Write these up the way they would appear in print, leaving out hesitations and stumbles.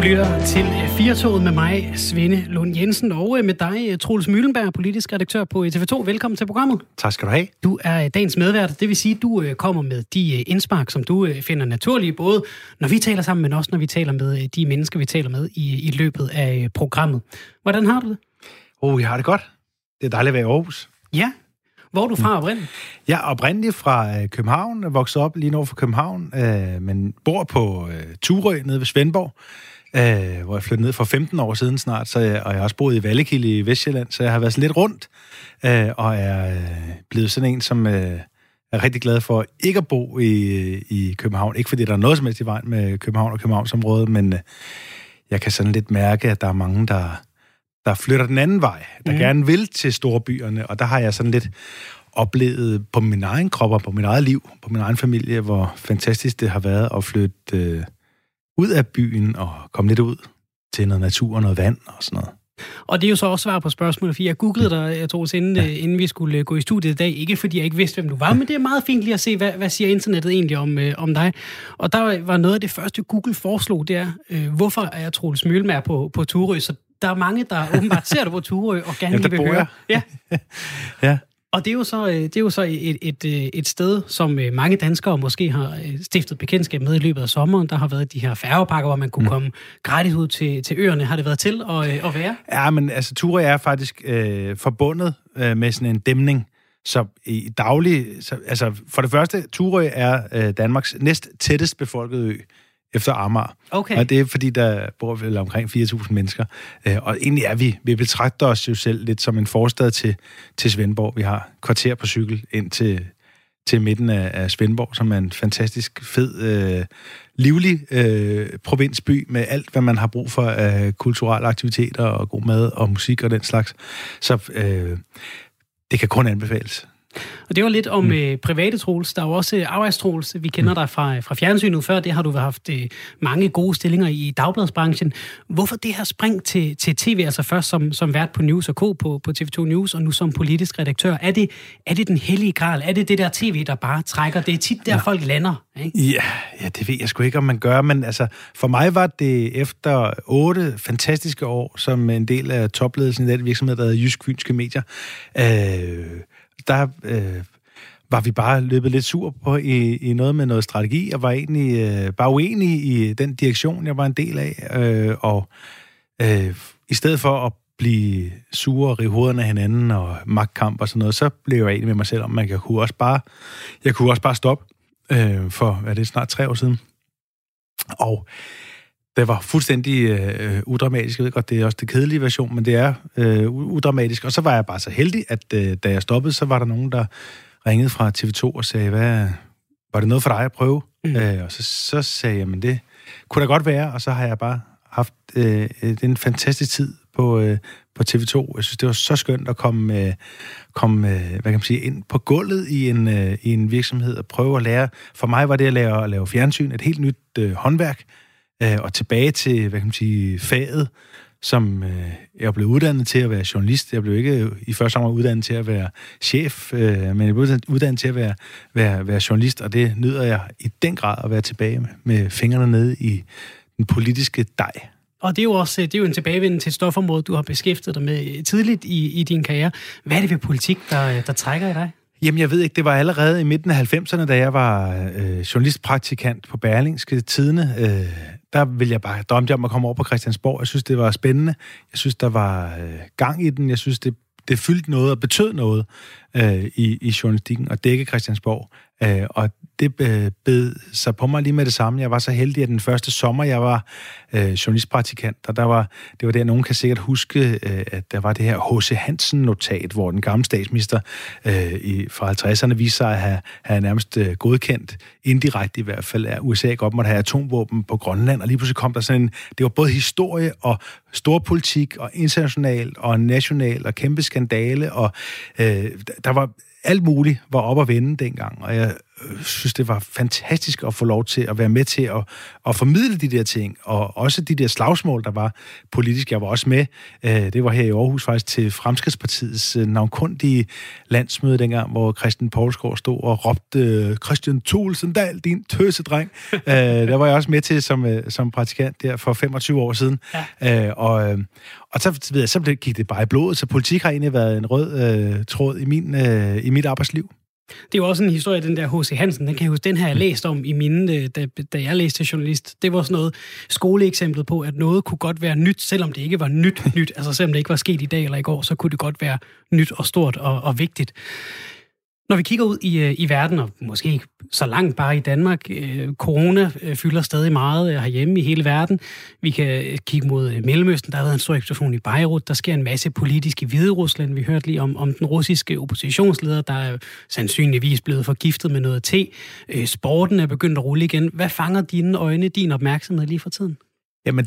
lytter til Firtoget med mig, Svende Lund Jensen, og med dig, Troels Møhlenberg, politisk redaktør på TV2. Velkommen til programmet. Tak skal du have. Du er dagens medvært, det vil sige, at du kommer med de indspark, som du finder naturlige, både når vi taler sammen, men også når vi taler med de mennesker, vi taler med i løbet af programmet. Hvordan har du det? Jeg har det godt. Det er dejligt at være i Aarhus. Ja. Hvor er du fra oprindeligt? Jeg er oprindeligt fra København, vokset op lige nord for København, men bor på Turø nede ved Svendborg, hvor jeg flyttede ned for 15 år siden snart, og jeg har også boet i Vallekilde i Vestjylland, så jeg har været sådan lidt rundt, og er blevet sådan en, som er rigtig glad for ikke at bo i København. Ikke fordi der er noget som helst i vejen med København og Københavnsområdet, men jeg kan sådan lidt mærke, at der er mange, der flytter den anden vej, der gerne vil til storbyerne, og der har jeg sådan lidt oplevet på min egen krop og på mit eget liv, på min egen familie, hvor fantastisk det har været at flytte ud af byen og komme lidt ud til noget natur og noget vand og sådan noget. Og det er jo så også svar på spørgsmålet, fordi jeg googlede dig, jeg tror, inden vi skulle gå i studiet i dag. Ikke fordi jeg ikke vidste, hvem du var, men det er meget fint lige at se, hvad siger internettet egentlig om dig. Og der var noget af det første, Google foreslog, det er, hvorfor er jeg Troels Møhlenberg på Turø? Så der er mange, der åbenbart ser dig på Turø og gerne lige vil høre. Ja. Ja. Og det er jo så et sted, som mange danskere måske har stiftet bekendtskab med i løbet af sommeren. Der har været de her færgepakker, hvor man kunne komme gratis ud til øerne. Har det været til at være? Ja, men altså Turø er faktisk forbundet med sådan en dæmning. Så i daglig... altså for det første, Turø er Danmarks næst tættest befolkede ø efter Amager. Okay. Og det er, fordi der bor vel omkring 4.000 mennesker. Og egentlig er vi betragter os jo selv lidt som en forstad til Svendborg. Vi har kvarter på cykel ind til midten af Svendborg, som er en fantastisk fed, livlig provinsby med alt, hvad man har brug for af kulturelle aktiviteter og god mad og musik og den slags. Så det kan kun anbefales. Og det var lidt om private Troels. Der er jo også arbejdstråls. Vi kender dig fra fjernsynet før. Det har du haft mange gode stillinger i dagbladsbranchen. Hvorfor det her spring til tv, altså først som vært på News & K på TV2 News, og nu som politisk redaktør? Er det den hellige gral? Er det det der tv, der bare trækker? Det er tit der, folk lander, ikke? Ja, det ved jeg sgu ikke, om man gør, men altså, for mig var det efter 8 fantastiske år som en del af topledelsen i den virksomhed, der hedder Jysk Fynske Medier. Der var vi bare løbet lidt sur på i noget med noget strategi. Jeg var egentlig bare uenig i den direktion, jeg var en del af. Og i stedet for at blive sure og rive hovederne af hinanden og magtkamp og sådan noget, så blev jeg enig med mig selv om, at jeg kunne også bare stoppe for, det snart 3 år siden. Og det var fuldstændig udramatisk. Jeg ved godt, det er også det kedelige version, men det er udramatisk. Og så var jeg bare så heldig, at da jeg stoppede, så var der nogen, der ringede fra TV2 og sagde, var det noget for dig at prøve? Og så sagde jeg, men det kunne da godt være. Og så har jeg bare haft en fantastisk tid på TV2. Jeg synes, det var så skønt at komme hvad kan man sige, ind på gulvet i en virksomhed og prøve at lære. For mig var det at lave fjernsyn et helt nyt håndværk. Og tilbage til, hvad kan man sige, faget, som jeg blev uddannet til at være journalist. Jeg blev ikke i første omgang uddannet til at være chef, men jeg blev uddannet til at være journalist, og det nyder jeg i den grad at være tilbage med fingrene nede i den politiske dej. Og det er jo en tilbagevenden til et stofområde, du har beskæftiget dig med tidligt i din karriere. Hvad er det ved politik, der trækker i dig? Jamen, jeg ved ikke, det var allerede i midten af 90'erne, da jeg var journalistpraktikant på Berlingske Tidende. Der ville jeg bare drømme om at komme over på Christiansborg. Jeg synes, det var spændende. Jeg synes, der var gang i den. Jeg synes, det fyldte noget og betød noget i journalistikken og dække Christiansborg. Og det bed sig på mig lige med det samme. Jeg var så heldig, at den første sommer, jeg var journalistpraktikant, og det var der, nogen kan sikkert huske, at der var det her H.C. Hansen-notat, hvor den gamle statsminister fra 50'erne viste sig at have nærmest godkendt, indirekte i hvert fald, at USA godt måtte have atomvåben på Grønland, og lige pludselig kom der sådan det var både historie og storpolitik og international og national og kæmpe skandale, og der var alt muligt var op at vende dengang, og jeg synes, det var fantastisk at få lov til at være med til at formidle de der ting, og også de der slagsmål, der var politisk. Jeg var også med, det var her i Aarhus faktisk, til Fremskridtspartiets navnkundige landsmøde dengang, hvor Christian Poulsgaard stod og råbte, Christian Thulesen Dahl, din tøsedreng. Der var jeg også med til som praktikant der for 25 år siden. Ja. Og så gik det bare i blodet, så politik har egentlig været en rød tråd i mit arbejdsliv. Det er jo også en historie, den der H.C. Hansen, den kan jeg huske, den her jeg læst om i mine, da jeg læste til journalist. Det var sådan noget skoleeksemplet på, at noget kunne godt være nyt, selvom det ikke var nyt. Altså selvom det ikke var sket i dag eller i går, så kunne det godt være nyt og stort og vigtigt. Når vi kigger ud i verden, og måske ikke så langt bare i Danmark, corona fylder stadig meget herhjemme i hele verden. Vi kan kigge mod Mellemøsten, der har været en stor eksplosion i Beirut, der sker en masse politisk i Hviderusland. Vi hørte lige om den russiske oppositionsleder, der er sandsynligvis blevet forgiftet med noget te. Sporten er begyndt at rulle igen. Hvad fanger dine øjne, din opmærksomhed lige for tiden? Jamen,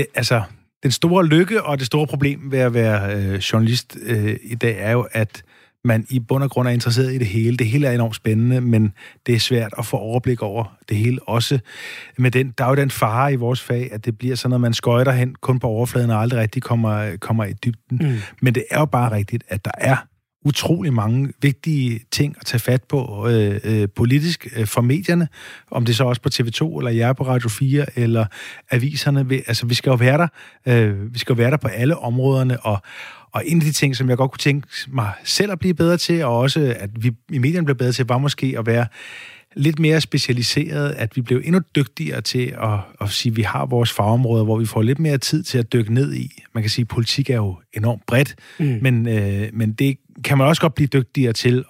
den store lykke og det store problem ved at være journalist i dag er jo, at man i bund og grund er interesseret i det hele. Det hele er enormt spændende, men det er svært at få overblik over det hele. Også med der er jo den fare i vores fag, at det bliver sådan noget, man skøjter hen kun på overfladen og aldrig rigtig kommer i dybden. Men det er jo bare rigtigt, at der er utrolig mange vigtige ting at tage fat på politisk for medierne, om det så også på TV2 eller jer på Radio 4 eller aviserne. Altså, vi skal jo være der. Vi skal jo være der på alle områderne, og en af de ting, som jeg godt kunne tænke mig selv at blive bedre til, og også at vi i medierne blev bedre til, var måske at være lidt mere specialiseret, at vi blev endnu dygtigere til at sige, at vi har vores fagområder, hvor vi får lidt mere tid til at dykke ned i. Man kan sige, at politik er jo enormt bredt, men det kan man også godt blive dygtigere til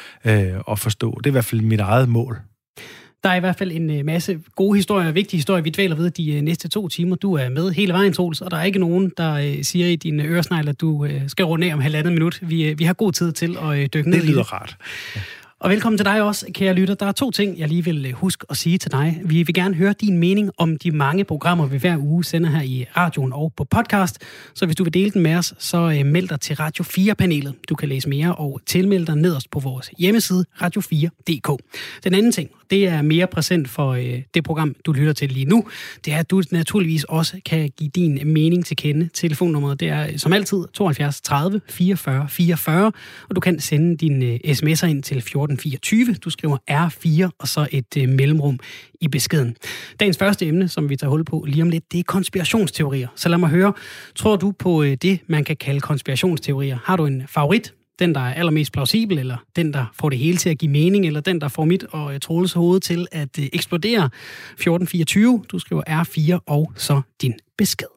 at forstå. Det er i hvert fald mit eget mål. Der er i hvert fald en masse gode historier og vigtige historier, vi dvæler ved de næste 2 timer. Du er med hele vejen, Troels, og der er ikke nogen, der siger i dine øresnegle, at du skal runde af om 1,5 minut. Vi har god tid til at dykke ned i det. Det lyder rart. Ja. Og velkommen til dig også, kære lytter. Der er 2 ting, jeg lige vil huske at sige til dig. Vi vil gerne høre din mening om de mange programmer, vi hver uge sender her i radioen og på podcast. Så hvis du vil dele den med os, så meld dig til Radio 4-panelet. Du kan læse mere og tilmelde dig nederst på vores hjemmeside, radio4.dk. Den anden ting, det er mere præsent for det program, du lytter til lige nu. Det er, at du naturligvis også kan give din mening til kende. Telefonnummeret, det er som altid 72 30 44 44, og du kan sende dine sms'er ind til 1424. Du skriver R4 og så et mellemrum i beskeden. Dagens første emne, som vi tager hul på lige om lidt, det er konspirationsteorier. Så lad mig høre, tror du på det, man kan kalde konspirationsteorier? Har du en favorit? Den, der er allermest plausibel, eller den, der får det hele til at give mening, eller den, der får mit og Troels hoved til at eksplodere? 1424, du skriver R4 og så din besked.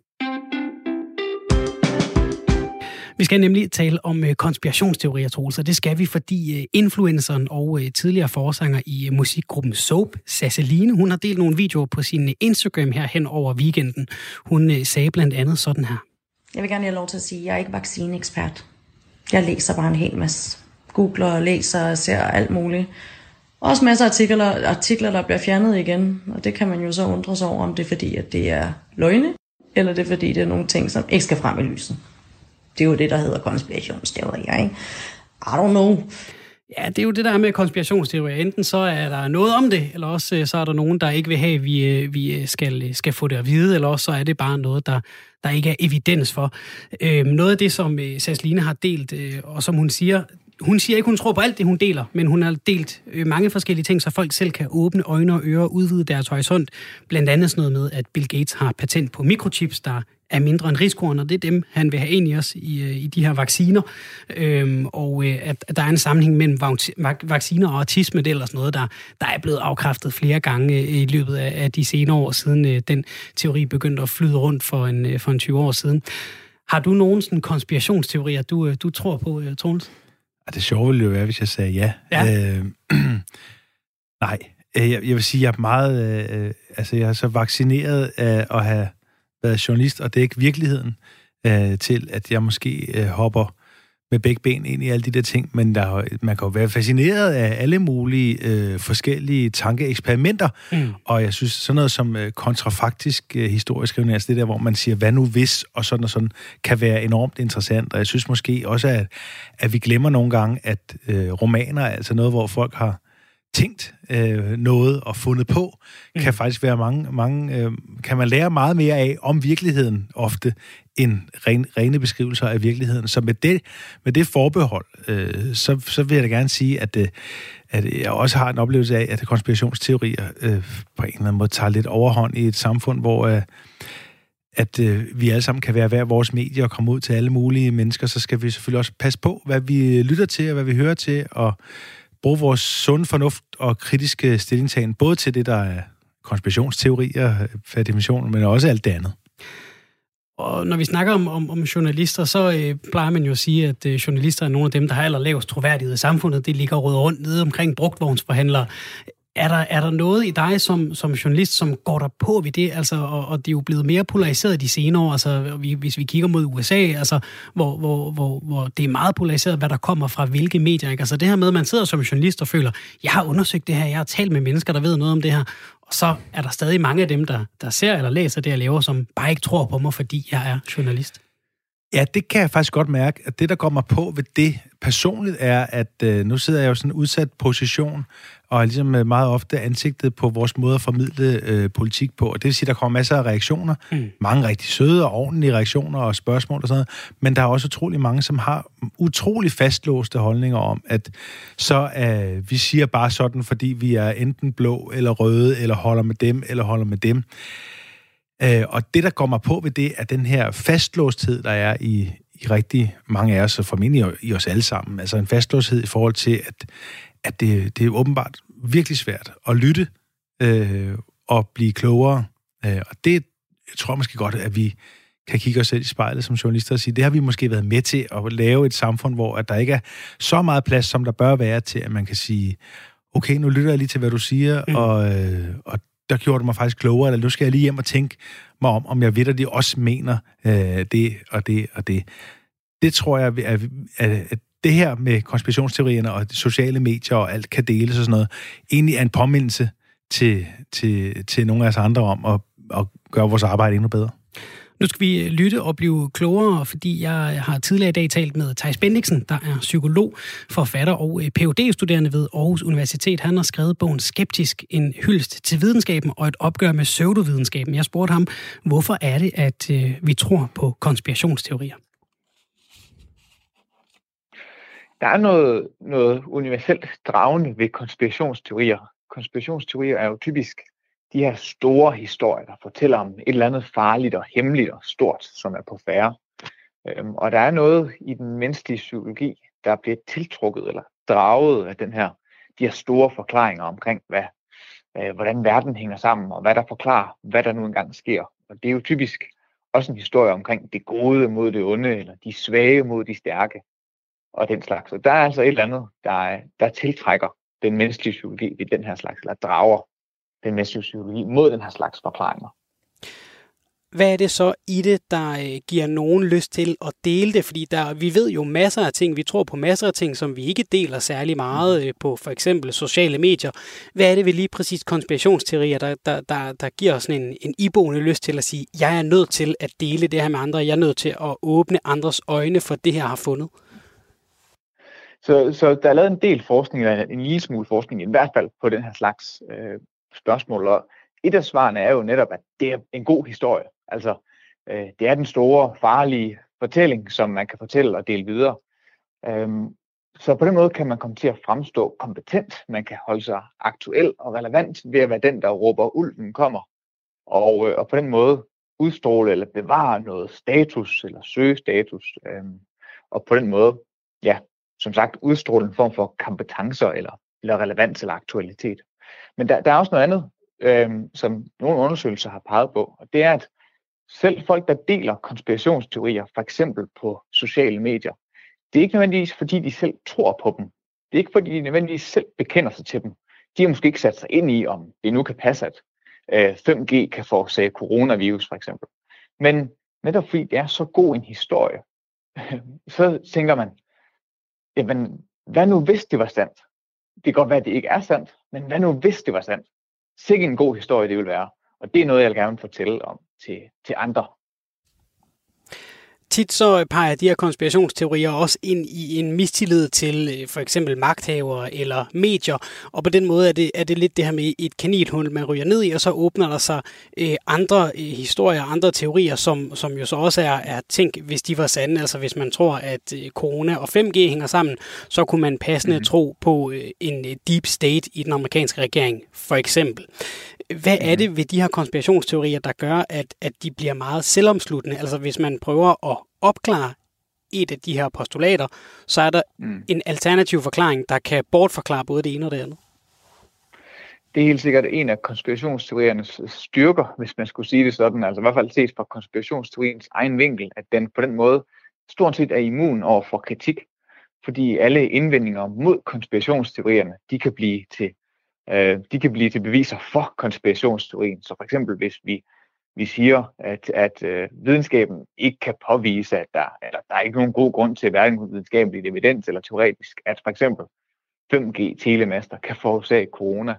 Vi skal nemlig tale om konspirationsteorier, Troels, og det skal vi, fordi influenceren og tidligere forsanger i musikgruppen Soap, Sasseline, hun har delt nogle videoer på sin Instagram her hen over weekenden. Hun sagde blandt andet sådan her. Jeg vil gerne have lov til at sige, at jeg er ikke vaccineekspert. Jeg læser bare en hel masse. Googler og læser og ser alt muligt. Også masser af artikler, der bliver fjernet igen. Og det kan man jo så undre sig over, om det er fordi, at det er løgne, eller det er fordi, det er nogle ting, som ikke skal frem i lyset. Det er jo det, der hedder konspirationsteorier, ikke? I don't know. Ja, det er jo det der med konspirationsteorier. Enten så er der noget om det, eller også så er der nogen, der ikke vil have, at vi skal få det at vide, eller også så er det bare noget, der ikke er evidens for. Noget af det, som Sasseline har delt, og som hun siger ikke, hun tror på alt det, hun deler, men hun har delt mange forskellige ting, så folk selv kan åbne øjne og ører og udvide deres horisont. Blandt andet sådan noget med, at Bill Gates har patent på mikrochips, der er mindre end risikoen, og det er dem, han vil have ind i os i de her vacciner. Og at der er en sammenhæng mellem vacciner og autisme, det er sådan noget, der er blevet afkræftet flere gange i løbet af de senere år, siden den teori begyndte at flyde rundt for en 20 år siden. Har du nogen sådan konspirationsteorier, du tror på, Troels? Det sjove ville jo være, hvis jeg sagde ja. Nej, jeg vil sige, at jeg er meget... jeg er så vaccineret af at have været journalist, og det er ikke virkeligheden til, at jeg måske hopper med begge ben ind i alle de der ting, men man kan jo være fascineret af alle mulige forskellige tankeeksperimenter, og jeg synes, sådan noget som kontrafaktisk historieskrivning, altså det der, hvor man siger, hvad nu hvis, og sådan, kan være enormt interessant, og jeg synes måske også, at vi glemmer nogle gange, at romaner er altså noget, hvor folk har tænkt noget og fundet på, kan faktisk være mange kan man lære meget mere af om virkeligheden ofte, end rene beskrivelser af virkeligheden. Så med det forbehold, så vil jeg da gerne sige, at jeg også har en oplevelse af, at konspirationsteorier på en eller anden måde tager lidt overhånd i et samfund, hvor at vi alle sammen kan være hver vores medier og komme ud til alle mulige mennesker, så skal vi selvfølgelig også passe på, hvad vi lytter til og hvad vi hører til, og bruge vores sunde fornuft og kritiske stillingtagen, både til det, der er konspirationsteorier per definition, men også alt det andet. Og når vi snakker om journalister, så plejer man jo at sige, at journalister er nogle af dem, der har allerlavest troværdighed i samfundet. Det ligger rødt rundt nede omkring brugtvognsforhandlere. Er der noget i dig som journalist, som går der på ved det? Altså, og det er jo blevet mere polariseret de senere år. Altså, hvis vi kigger mod USA, altså, hvor det er meget polariseret, hvad der kommer fra hvilke medier. Ikke? Altså det her med, at man sidder som journalist og føler, jeg har undersøgt det her, jeg har talt med mennesker, der ved noget om det her. Og så er der stadig mange af dem, der ser eller læser det, jeg laver, som bare ikke tror på mig, fordi jeg er journalist. Ja, det kan jeg faktisk godt mærke, at det, der går mig på ved det personligt, er, at nu sidder jeg jo i sådan en udsat position, og er ligesom meget ofte ansigtet på vores måde at formidle politik på. Og det vil sige, at der kommer masser af reaktioner. Mange rigtig søde og ordentlige reaktioner og spørgsmål og sådan noget. Men der er også utrolig mange, som har utrolig fastlåste holdninger om, at så vi siger bare sådan, fordi vi er enten blå eller røde, eller holder med dem, eller holder med dem. Og det, der går mig på ved det, er den her fastlåsthed, der er i rigtig mange af os, og formentlig i os alle sammen. Altså en fastlåsthed i forhold til, at det er åbenbart virkelig svært at lytte og blive klogere. Og det tror jeg måske godt, at vi kan kigge os selv i spejlet som journalister og sige, det har vi måske været med til at lave et samfund, hvor at der ikke er så meget plads, som der bør være til, at man kan sige, okay, nu lytter jeg lige til, hvad du siger, og der gjorde det mig faktisk klogere, eller nu skal jeg lige hjem og tænke mig om jeg ved, at de også mener det og det og det. Det tror jeg, at det her med konspirationsteorierne og de sociale medier og alt kan deles og sådan noget, egentlig er en påmindelse til nogle af os andre om at gøre vores arbejde endnu bedre. Nu skal vi lytte og blive klogere, fordi jeg har tidligere i dag talt med Theis Bendixen, der er psykolog, forfatter og Ph.D.-studerende ved Aarhus Universitet. Han har skrevet bogen Skeptisk, en hyldest til videnskaben og et opgør med pseudovidenskaben. Jeg spurgte ham, hvorfor er det, at vi tror på konspirationsteorier? Der er noget universelt dragende ved konspirationsteorier. Konspirationsteorier er jo typisk de her store historier, der fortæller om et eller andet farligt og hemmeligt og stort, som er på færde. Og der er noget i den menneskelige psykologi, der bliver tiltrukket eller draget af de her store forklaringer omkring, hvordan verden hænger sammen, og hvad der forklarer, hvad der nu engang sker. Og det er jo typisk også en historie omkring det gode mod det onde, eller de svage mod de stærke, og den slags. Og der er altså et eller andet, der tiltrækker den menneskelige psykologi ved den her slags, eller drager den menneskelige psykologi mod den her slags forklaringer. Hvad er det så i det, der giver nogen lyst til at dele det? Fordi vi ved jo masser af ting, vi tror på masser af ting, som vi ikke deler særlig meget på for eksempel sociale medier. Hvad er det ved lige præcis konspirationsteorier, der giver os sådan en iboende lyst til at sige, jeg er nødt til at dele det her med andre, jeg er nødt til at åbne andres øjne for det her har fundet? Så der er lavet en del forskning, eller en lille smule forskning, i hvert fald på den her slags spørgsmål. Og et af svarene er jo netop, at det er en god historie. Altså, det er den store, farlige fortælling, som man kan fortælle og dele videre. Så på den måde kan man komme til at fremstå kompetent. Man kan holde sig aktuel og relevant ved at være den, der råber, ulven kommer. Og på den måde udstråle eller bevare noget status eller søge status. Og på den måde, ja, som sagt, udstråle en form for kompetencer eller relevans eller aktualitet. Men der er også noget andet, som nogle undersøgelser har peget på, og det er, at selv folk, der deler konspirationsteorier, for eksempel på sociale medier, det er ikke nødvendigvis, fordi de selv tror på dem. Det er ikke, fordi de nødvendigvis selv bekender sig til dem. De har måske ikke sat sig ind i, om det nu kan passe, at 5G kan forårsage coronavirus, for eksempel. Men netop fordi det er så god en historie, så tænker man, jamen, hvad nu hvis det var sandt? Det kan godt være, at det ikke er sandt, men hvad nu hvis det var sandt? Sikke en god historie det vil være. Og det er noget, jeg gerne vil fortælle om til andre. tit så peger de her konspirationsteorier også ind i en mistillid til for eksempel magthavere eller medier, og på den måde er det lidt det her med et kaninhul, man ryger ned i, og så åbner der sig andre historier, andre teorier, som jo så også er tænk, hvis de var sande. Altså hvis man tror, at corona og 5G hænger sammen, så kunne man passende tro på en deep state i den amerikanske regering, for eksempel. Hvad er det ved de her konspirationsteorier, der gør, at de bliver meget selvomsluttende? Altså hvis man prøver at opklare et af de her postulater, så er der en alternativ forklaring, der kan bortforklare både det ene og det andet. Det er helt sikkert en af konspirationsteoriernes styrker, hvis man skulle sige det sådan, altså i hvert fald ses fra konspirationsteoriens egen vinkel, at den på den måde stort set er immun over for kritik, fordi alle indvendinger mod konspirationsteorierne, de kan blive til beviser for konspirationsteorien. Så for eksempel hvis vi siger, at videnskaben ikke kan påvise, at der er ikke nogen god grund til hverken videnskabelig evidens eller teoretisk, at for eksempel 5G-telemaster kan forårsage corona,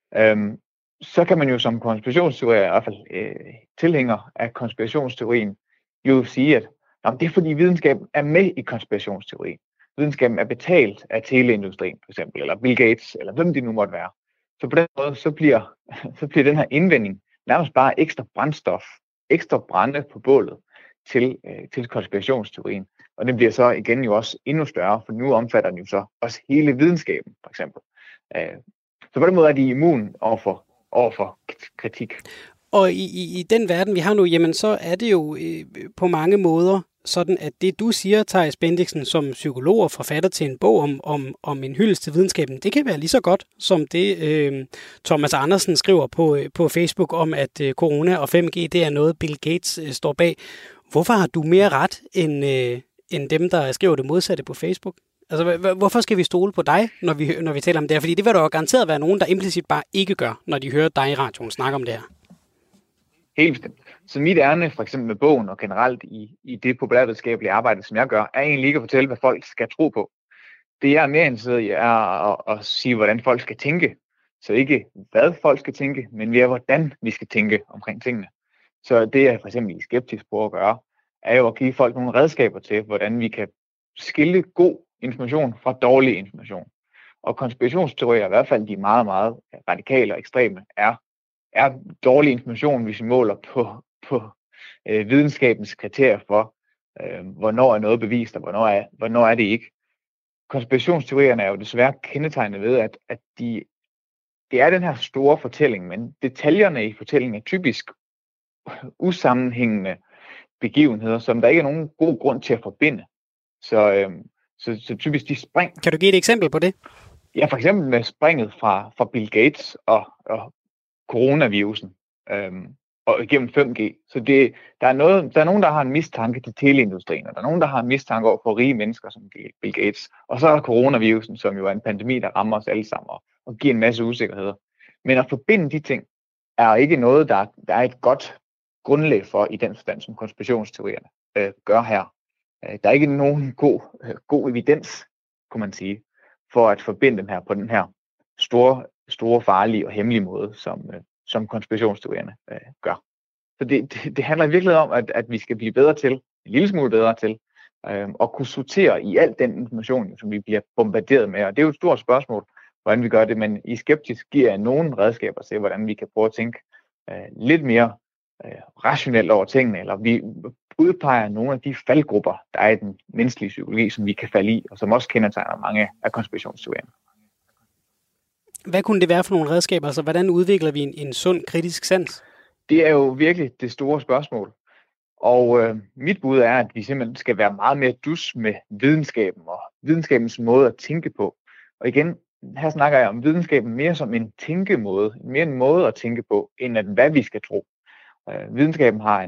så kan man jo som konspirationsteorier, i hvert fald tilhænger af konspirationsteorien, jo sige, at det er fordi videnskaben er med i konspirationsteorien. Videnskaben er betalt af teleindustrien, for eksempel, eller Bill Gates, eller hvem det nu måtte være. Så på den måde, så bliver den her indvending nærmest bare ekstra brændstof, ekstra brænde på bålet til konspirationsteorien. Og det bliver så igen jo også endnu større, for nu omfatter den jo så også hele videnskaben, for eksempel. Så på den måde er de immun overfor kritik. Og i den verden, vi har nu, jamen så er det jo på mange måder sådan, at det du siger, Theis Bendixen, som psykolog og forfatter til en bog om en hyldest til videnskaben, det kan være lige så godt som det Thomas Andersen skriver på Facebook om, at corona og 5G, det er noget Bill Gates står bag. Hvorfor har du mere ret end dem, der skriver det modsatte på Facebook? Altså, hvorfor skal vi stole på dig, når vi taler om det her? Fordi det vil der jo garanteret være nogen, der implicit bare ikke gør, når de hører dig i radioen snakke om det her. Helt bestemt. Så mit ærne, for eksempel med bogen og generelt i det populærvidenskabelige arbejde, som jeg gør, er egentlig ikke at fortælle, hvad folk skal tro på. Det jeg er mere interesseret i, er at sige, hvordan folk skal tænke. Så ikke hvad folk skal tænke, men mere hvordan vi skal tænke omkring tingene. Så det jeg for eksempel i Skeptisk prøver at gøre, er jo at give folk nogle redskaber til, hvordan vi kan skille god information fra dårlig information. Og konspirationsteorier, i hvert fald de meget, meget radikale og ekstreme, er dårlig information, hvis vi måler på videnskabens kriterier for, hvornår er noget bevist, og hvornår er det ikke. Konspirationsteorierne er jo desværre kendetegnet ved, at det er den her store fortælling, men detaljerne i fortællingen er typisk usammenhængende begivenheder, som der ikke er nogen god grund til at forbinde. Så typisk de spring. Kan du give et eksempel på det? Ja, for eksempel med springet fra Bill Gates og coronavirusen og igennem 5G. Så der er nogen, der har en mistanke til teleindustrien, og der er nogen, der har en mistanke over for rige mennesker som Bill Gates. Og så er der coronavirusen, som jo er en pandemi, der rammer os alle sammen og giver en masse usikkerheder. Men at forbinde de ting er ikke noget, der er et godt grundlag for i den forstand, som konspirationsteorierne gør her. Der er ikke nogen god evidens, kunne man sige, for at forbinde dem her på den her store farlige og hemmelige måde, som konspirationsteorierne gør. Så det handler i virkeligheden om, at vi skal blive bedre til, en lille smule bedre til, at kunne sortere i al den information, som vi bliver bombarderet med. Og det er jo et stort spørgsmål, hvordan vi gør det, men i Skeptisk giver jeg nogle redskaber til, hvordan vi kan prøve at tænke lidt mere rationelt over tingene, eller vi udpeger nogle af de faldgrupper, der er i den menneskelige psykologi, som vi kan falde i, og som også kendetegner mange af konspirationsteorierne. Hvad kunne det være for nogle redskaber? Altså, hvordan udvikler vi en sund kritisk sans? Det er jo virkelig det store spørgsmål. Og mit bud er, at vi simpelthen skal være meget mere dus med videnskaben og videnskabens måde at tænke på. Og igen, her snakker jeg om videnskaben mere som en tænkemåde, mere en måde at tænke på, end at hvad vi skal tro. Videnskaben har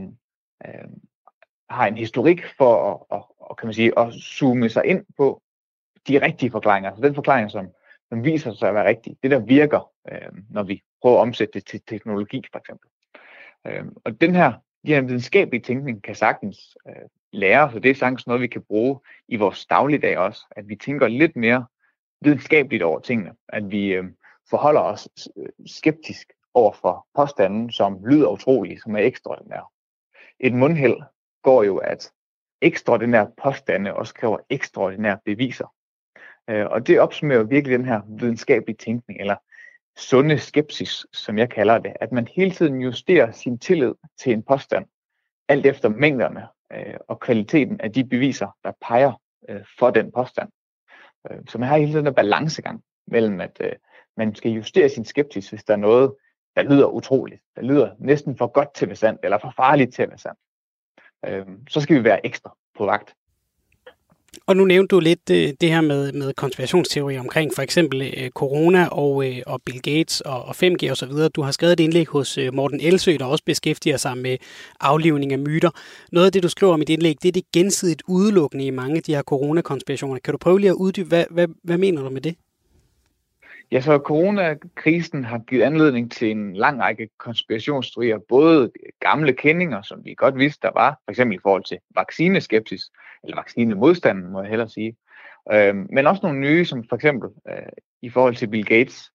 en historik for at zoome sig ind på de rigtige forklaringer. Altså den forklaring, som viser sig at være rigtig. Det, der virker, når vi prøver at omsætte det til teknologi, for eksempel. Og den her videnskabelige tænkning kan sagtens lære, så det er sagtens noget, vi kan bruge i vores dagligdag også. At vi tænker lidt mere videnskabeligt over tingene. At vi forholder os skeptisk over for påstanden, som lyder utrolig, som er ekstraordinær. Et mundheld går jo, at ekstraordinære påstande også kræver ekstraordinære beviser. Og det opsummerer virkelig den her videnskabelige tænkning, eller sunde skepsis, som jeg kalder det, at man hele tiden justerer sin tillid til en påstand, alt efter mængderne og kvaliteten af de beviser, der peger for den påstand. Så man har hele tiden en balancegang mellem, at man skal justere sin skepsis, hvis der er noget, der lyder utroligt, der lyder næsten for godt til at være sandt, eller for farligt til at være sandt. Så skal vi være ekstra på vagt. Og nu nævnte du lidt det her med konspirationsteorier omkring for eksempel corona og Bill Gates og 5G og så videre. Du har skrevet et indlæg hos Morten Elsø, der også beskæftiger sig med aflivning af myter. Noget af det, du skriver om i dit indlæg, det er det gensidigt udelukkende i mange af de her coronakonspirationer. Kan du prøve lige at uddybe, hvad mener du med det? Ja, så coronakrisen har givet anledning til en lang række konspirationsteorier, både gamle kendinger, som vi godt vidste, der var, for eksempel i forhold til vaccineskepsis, eller vaccinemodstanden, må jeg hellere sige, men også nogle nye, som for eksempel i forhold til Bill Gates.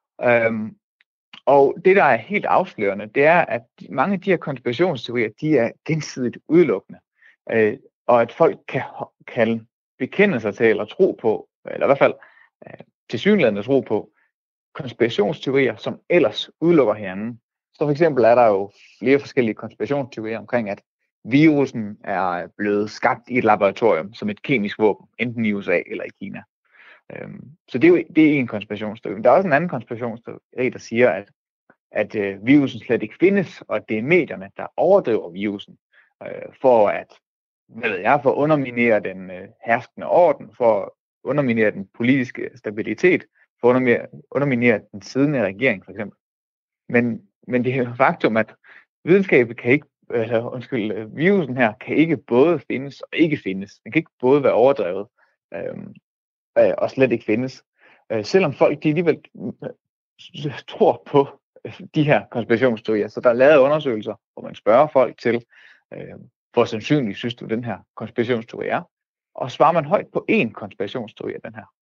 Og det, der er helt afslørende, det er, at mange af de her konspirationsteorier, de er gensidigt udelukkende, og at folk kan bekende sig til, eller tro på, eller i hvert fald tilsyneladende tro på konspirationsteorier, som ellers udelukker hinanden. Så for eksempel er der jo flere forskellige konspirationsteorier omkring, at virusen er blevet skabt i et laboratorium som et kemisk våben, enten i USA eller i Kina. Så det er en konspirationsteori. Der er også en anden konspirationsteori, der siger, at virusen slet ikke findes, og at det er medierne, der overdriver virusen, for at underminere den herskende orden, for at underminere den politiske stabilitet, for at underminere den siddende regering, for eksempel. Men det er jo faktum, at videnskaben kan ikke, virusen her kan ikke både findes og ikke findes. Den kan ikke både være overdrevet og slet ikke findes. Selvom folk de alligevel tror på de her konspirationsteorier, så der er lavet undersøgelser, hvor man spørger folk til, hvor sandsynligt synes du, den her konspirationsteori er. Og svarer man højt på én konspirationsteori af den her,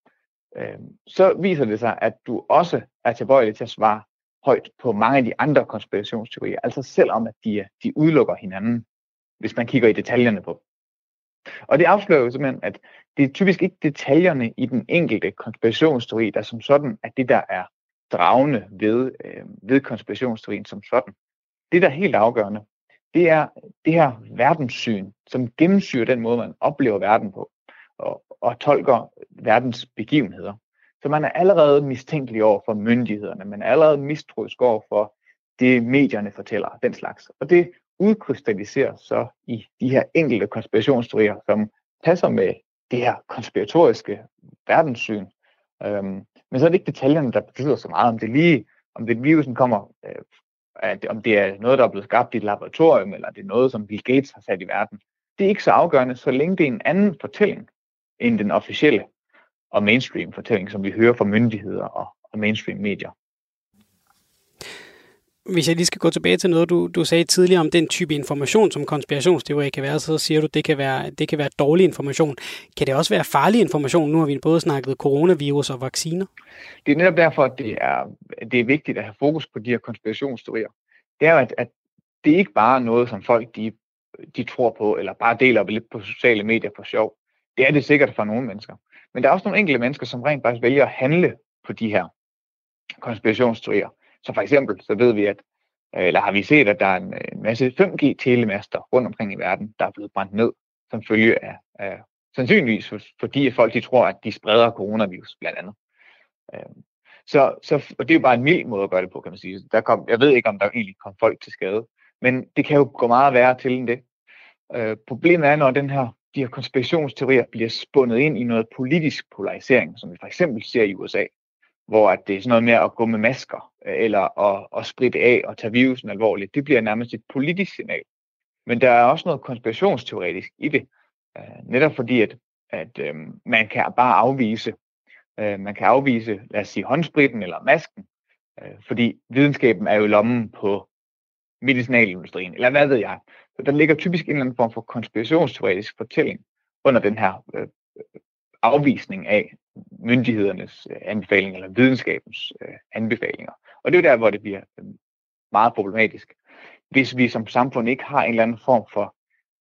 så viser det sig, at du også er tilbøjelig til at svare højt på mange af de andre konspirationsteorier, altså selvom at de udelukker hinanden, hvis man kigger i detaljerne på. Og det afslører jo simpelthen, at det er typisk ikke detaljerne i den enkelte konspirationsteori, der som sådan er det, der er dragende ved konspirationsteorien som sådan. Det, der er helt afgørende, det er det her verdenssyn, som gennemsyrer den måde, man oplever verden på, og tolker verdens begivenheder. Så man er allerede mistænkelig over for myndighederne, man er allerede mistroisk over for det, medierne fortæller, den slags. Og det udkrystalliserer så i de her enkelte konspirationsteorier, som passer med det her konspiratoriske verdenssyn. Men så er det ikke detaljerne, der betyder så meget, om det virusen kommer, om det er noget, der er blevet skabt i et laboratorium, eller det er noget, som Bill Gates har sat i verden. Det er ikke så afgørende, så længe det er en anden fortælling end den officielle og mainstream fortælling, som vi hører fra myndigheder og mainstream medier. Hvis jeg lige skal gå tilbage til noget, du sagde tidligere om den type information, som konspirationsteorier kan være, så siger du, det kan være dårlig information. Kan det også være farlig information? Nu har vi både snakket coronavirus og vacciner. Det er netop derfor, at det er vigtigt at have fokus på de her konspirationsteorier. Det er jo, at det er ikke bare noget, som folk de tror på, eller bare deler lidt på sociale medier for sjov. Det er det sikkert for nogle mennesker. Men der er også nogle enkelte mennesker, som rent faktisk vælger at handle på de her konspirationsteorier. Så for eksempel, så ved vi, eller har vi set, at der er en masse 5G-telemaster rundt omkring i verden, der er blevet brændt ned, som følge af sandsynligvis fordi folk de tror, at de spreder coronavirus blandt andet. Og det er jo bare en mild måde at gøre det på, kan man sige. Jeg ved ikke, om der egentlig kom folk til skade, men det kan jo gå meget værre til end det. Problemet er, når de her konspirationsteorier bliver spundet ind i noget politisk polarisering, som vi for eksempel ser i USA, hvor at det er sådan noget med at gå med masker, eller at spritte af og tage virusen alvorligt. Det bliver nærmest et politisk signal. Men der er også noget konspirationsteoretisk i det. Netop fordi, at man kan bare afvise, lad os sige, håndspritten eller masken, fordi videnskaben er jo i lommen på medicinalindustrien, eller hvad ved jeg. Så der ligger typisk en eller anden form for konspirationsteoretisk fortælling under den her afvisning af myndighedernes anbefalinger, eller videnskabens anbefalinger. Og det er jo der, hvor det bliver meget problematisk. Hvis vi som samfund ikke har en eller anden form for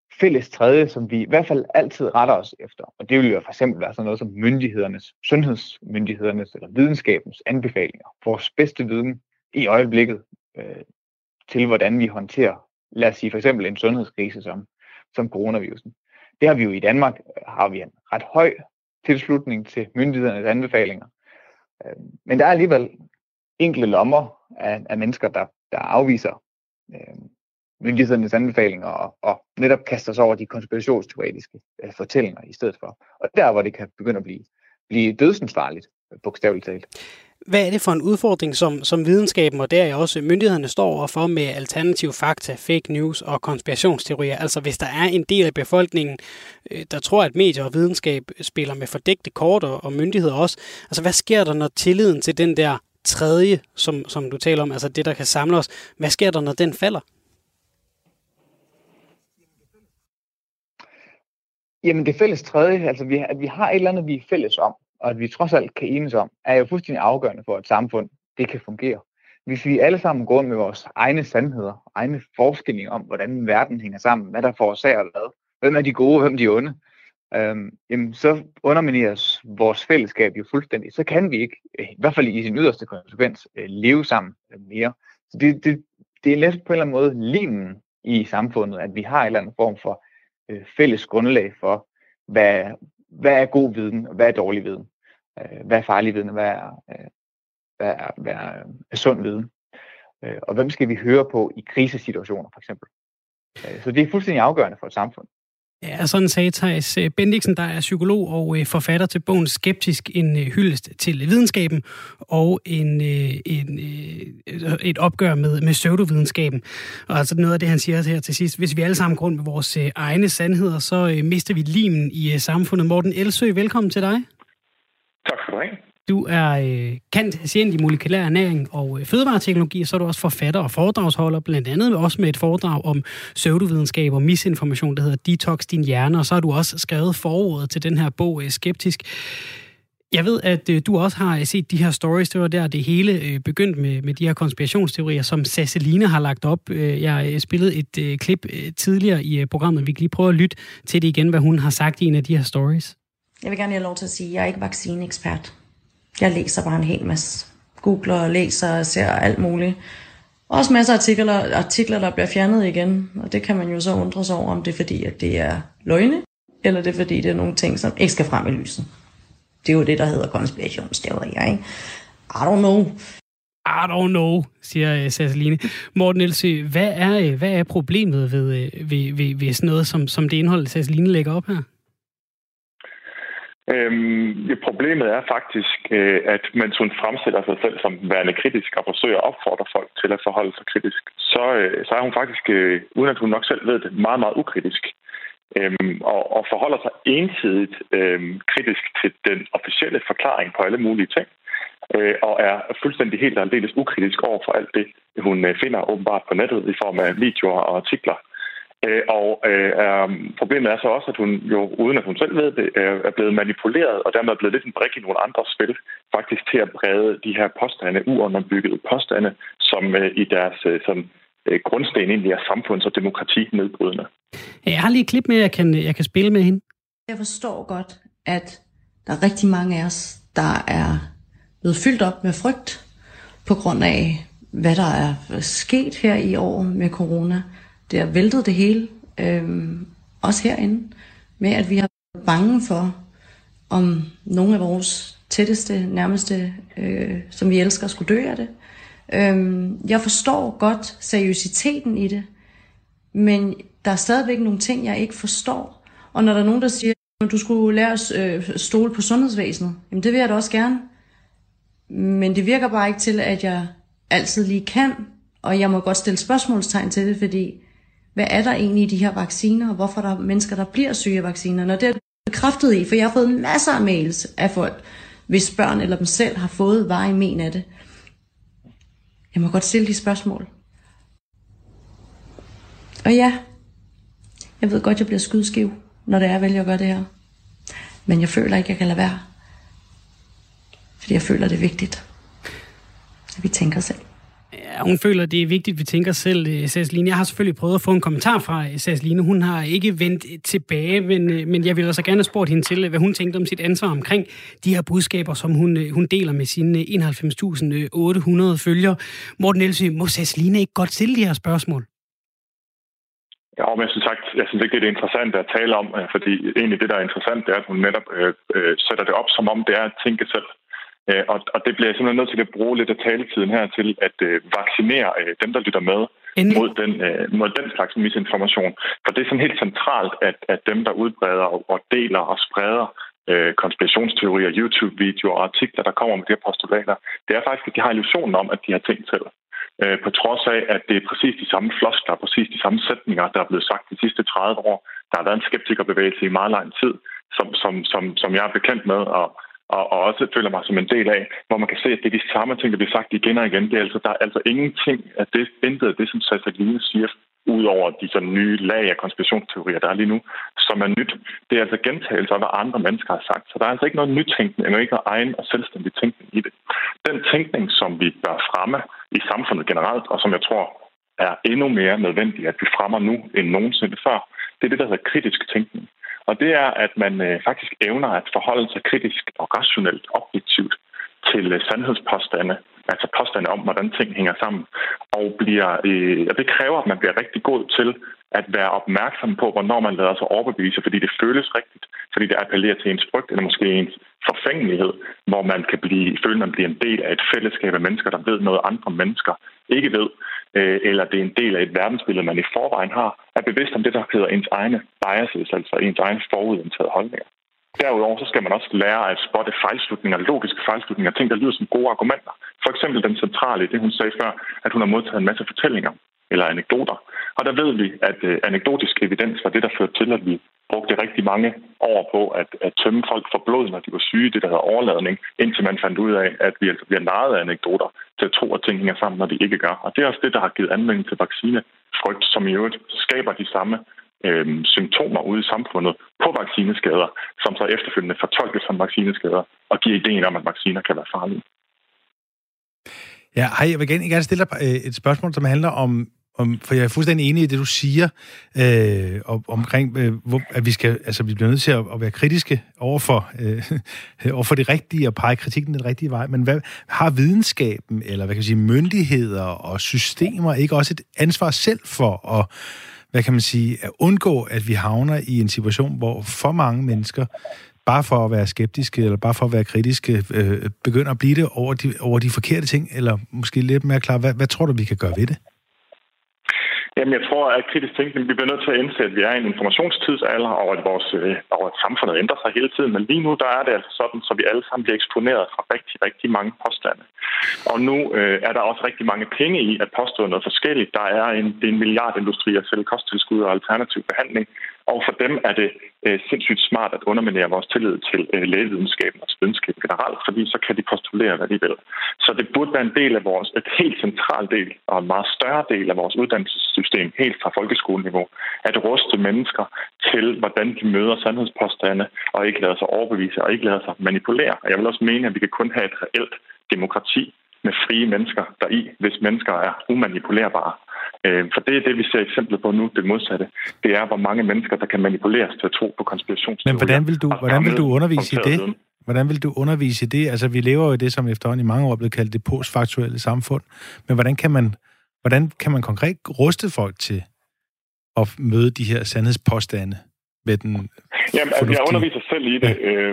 fælles tredje, som vi i hvert fald altid retter os efter. Og det vil jo for eksempel være sådan noget som sundhedsmyndighedernes eller videnskabens anbefalinger. Vores bedste viden i øjeblikket til, hvordan vi håndterer, lad os sige for eksempel en sundhedskrise som coronavirusen. Det har vi jo i Danmark, har vi en ret høj tilslutning til myndighedernes anbefalinger. Men der er alligevel enkelte lommer af mennesker, der afviser myndighedernes anbefalinger og netop kaster sig over de konspirationsteoretiske fortællinger i stedet for. Og der, hvor det kan begynde at blive dødsensfarligt, bogstaveligt talt. Hvad er det for en udfordring, som videnskaben og der også myndighederne står overfor med alternative fakta, fake news og konspirationsteorier? Altså hvis der er en del af befolkningen, der tror, at medier og videnskab spiller med fordækte kort og myndigheder også. Altså hvad sker der, når tilliden til den der tredje, som du taler om, altså det, der kan samle os, hvad sker der, når den falder? Jamen det fælles tredje, altså at vi har et eller andet, vi er fælles om, og at vi trods alt kan enes om, er jo fuldstændig afgørende for, at et samfund det kan fungere. Hvis vi alle sammen går med vores egne sandheder, egne forestillinger om, hvordan verden hænger sammen, hvad der forårsager hvad, hvem er de gode, hvem er de onde, jamen så undermineres vores fællesskab jo fuldstændig. Så kan vi ikke, i hvert fald i sin yderste konsekvens, leve sammen mere. Så det er lidt på en eller anden måde limen i samfundet, at vi har en eller anden form for fælles grundlag for, hvad er god viden, og hvad er dårlig viden. Hvad er farlig viden, og hvad er sund viden. Og hvem skal vi høre på i krisesituationer, for eksempel. Så det er fuldstændig afgørende for et samfund. Ja, sådan sagde Theis Bendixen, der er psykolog og forfatter til bogen Skeptisk, en hyldest til videnskaben og et opgør med pseudovidenskaben. Og altså noget af det, han siger her til sidst, hvis vi alle sammen går rundt med vores egne sandheder, så mister vi limen i samfundet. Morten Elsø, velkommen til dig. Tak skal du have. Du er cand.scient i molekylær ernæring og fødevareteknologi, og så er du også forfatter og foredragsholder, blandt andet også med et foredrag om pseudovidenskab og misinformation, der hedder Detox din hjerne, og så har du også skrevet forordet til den her bog, Skeptisk. Jeg ved, at du også har set de her stories, det var der, det hele begyndte med de her konspirationsteorier, som Sasseline har lagt op. Jeg spillede et klip tidligere i programmet, vi kan lige prøve at lytte til det igen, hvad hun har sagt i en af de her stories. Jeg vil gerne have lov til at sige, at jeg er ikke vaccineekspert. Jeg læser bare en hel masse. Googler og læser og ser alt muligt. Også masser af artikler, der bliver fjernet igen. Og det kan man jo så undre sig over, om det er fordi, at det er løgne, eller det er fordi, det er nogle ting, som ikke skal frem i lyset. Det er jo det, der hedder konspirationsteorier, ikke? I don't know, siger Sasseline. Morten Elsø, hvad er problemet ved sådan noget, som det indhold, Sasseline lægger op her? Problemet er faktisk, at mens hun fremstiller sig selv som værende kritisk og forsøger at opfordre folk til at forholde sig kritisk, så er hun faktisk, uden at hun nok selv ved det, meget, meget ukritisk. Og forholder sig ensidigt kritisk til den officielle forklaring på alle mulige ting, og er fuldstændig helt og aldeles ukritisk over for alt det, hun finder åbenbart på nettet i form af videoer og artikler. Problemet er så også, at hun jo, uden at hun selv ved det, er blevet manipuleret, og dermed er blevet lidt en brik i nogle andre spil, faktisk til at brede de her påstande, uunderbyggede påstande, som i deres grundsten egentlig er samfunds- og demokrati nedbrydende. Jeg har lige et klip med, jeg kan spille med hende. Jeg forstår godt, at der er rigtig mange af os, der er blevet fyldt op med frygt på grund af, hvad der er sket her i år med corona. Det har væltet det hele, også herinde, med at vi har været bange for, om nogle af vores tætteste, nærmeste, som vi elsker, skulle dø af det. Jeg forstår godt seriøsiteten i det, men der er stadigvæk nogle ting, jeg ikke forstår. Og når der er nogen, der siger, at du skulle lære at stole på sundhedsvæsenet, jamen det vil jeg da også gerne. Men det virker bare ikke til, at jeg altid lige kan, og jeg må godt stille spørgsmålstegn til det, fordi hvad er der egentlig i de her vacciner, og hvorfor der er mennesker, der bliver syge af vaccinerne? Og det er jeg bekræftet i, for jeg har fået masser af mails af folk, hvis børn eller dem selv har fået varig men af det. Jeg må godt stille de spørgsmål. Og ja, jeg ved godt, jeg bliver skydskiv, når det er, jeg vælger at gøre det her. Men jeg føler ikke, jeg kan lade være. Fordi jeg føler, det er vigtigt, at vi tænker selv. hun føler, det er vigtigt, at vi tænker selv, Sasseline. Jeg har selvfølgelig prøvet at få en kommentar fra Sasseline. Hun har ikke vendt tilbage, men jeg vil også gerne have spurgt hende til, hvad hun tænkte om sit ansvar omkring de her budskaber, som hun deler med sine 91.800 følgere. Morten Elsø, må Sasseline ikke godt stille de her spørgsmål? Ja, men jeg synes ikke, det er interessant at tale om, fordi egentlig det, der er interessant, det er, at hun netop sætter det op, som om det er at tænke selv. Og det bliver jeg simpelthen nødt til at bruge lidt af taletiden her til at vaccinere dem, der lytter med mod den slags misinformation. For det er sådan helt centralt, at dem, der udbreder og deler og spreder konspirationsteorier, YouTube-videoer og artikler, der kommer med de her postulater, det er faktisk, at de har illusionen om, at de har tænkt selv. På trods af, at det er præcis de samme floskler, præcis de samme sætninger, der er blevet sagt de sidste 30 år. Der har været en skeptikerbevægelse i meget lang tid, som jeg er bekendt med, og også føler mig som en del af, hvor man kan se, at det er de samme ting, der bliver sagt igen og igen. Der er altså ingenting af det, intet af det, som Sasseline siger, udover de sådan nye lag af konspirationsteorier, der er lige nu, som er nyt. Det er altså gentagelser af, hvad andre mennesker har sagt. Så der er altså ikke noget nytænkning, eller ikke noget egen og selvstændig tænkning i det. Den tænkning, som vi bør fremme i samfundet generelt, og som jeg tror er endnu mere nødvendigt, at vi fremmer nu end nogensinde før, det er det, der hedder kritisk tænkning. Og det er, at man faktisk evner at forholde sig kritisk og rationelt, objektivt til sandhedspåstande, altså påstande om, hvordan ting hænger sammen, og det kræver, at man bliver rigtig god til at være opmærksom på, hvornår man lader sig overbevise, fordi det føles rigtigt, fordi det appellerer til ens frygt, eller måske ens forfængelighed, hvor man kan føle, at man bliver en del af et fællesskab af mennesker, der ved noget, andre mennesker ikke ved, eller det er en del af et verdensbillede, man i forvejen har, er bevidst om det, der hedder ens egne biases, altså ens egne forudindtagede holdninger. Derudover så skal man også lære at spotte fejlslutninger, logiske fejlslutninger, ting, der lyder som gode argumenter. For eksempel den centrale, det hun sagde før, at hun har modtaget en masse fortællinger eller anekdoter. Og der ved vi, at anekdotisk evidens var det, der førte til, at vi brugte rigtig mange år på at tømme folk for blod, når de var syge, det der hedder overladning, indtil man fandt ud af, at vi altså bliver narret af anekdoter til at tro, at ting hænger sammen, når de ikke gør. Og det er også det, der har givet anledning til vaccinefrygt, som i øvrigt skaber de samme symptomer ude i samfundet på vaccineskader, som så efterfølgende fortolkes som vaccineskader og giver ideen om, at vacciner kan være farlige. Ja, hej, jeg vil gerne stille dig et spørgsmål, som handler om for jeg er fuldstændig enig i det, du siger, omkring, at vi bliver nødt til at være kritiske overfor det rigtige, og pege kritikken den rigtige vej. Men hvad har videnskaben, eller hvad kan man sige, myndigheder og systemer ikke også et ansvar selv for at, hvad kan man sige, at undgå, at vi havner i en situation, hvor for mange mennesker, bare for at være skeptiske, eller bare for at være kritiske, begynder at blive det over de forkerte ting, eller måske lidt mere klar. Hvad tror du, vi kan gøre ved det? Jamen, jeg tror, at kritisk tænkning, vi bliver nødt til at indse, at vi er i en informationstidsalder, og at samfundet ændrer sig hele tiden. Men lige nu, der er det altså sådan, så vi alle sammen bliver eksponeret fra rigtig, rigtig mange påstande. Og nu er der også rigtig mange penge i at påstå noget forskelligt. Der er en milliardindustri af selv kosttilskud og alternativ behandling. Og for dem er det sindssygt smart at underminere vores tillid til lægevidenskaben og til videnskaben generelt, fordi så kan de postulere, hvad de vil. Så det burde være en del af et helt central del og en meget større del af vores uddannelsessystem, helt fra folkeskoleniveau, at ruste mennesker til, hvordan de møder sandhedspåstande og ikke lader sig overbevise og ikke lader sig manipulere. Og jeg vil også mene, at vi kan kun have et reelt demokrati med frie mennesker deri, hvis mennesker er umanipulerbare. For det er det, vi ser eksempler på nu, det modsatte. Det er, hvor mange mennesker, der kan manipuleres til at tro på konspirationsteorier. Men hvordan vil du undervise i det? Hvordan vil du undervise i det? Altså, vi lever jo i det, som efterhånden i mange år er blevet kaldt det postfaktuelle samfund. Men hvordan kan man konkret ruste folk til at møde de her sandhedspåstande med den Jamen, altså, jeg underviser selv i det,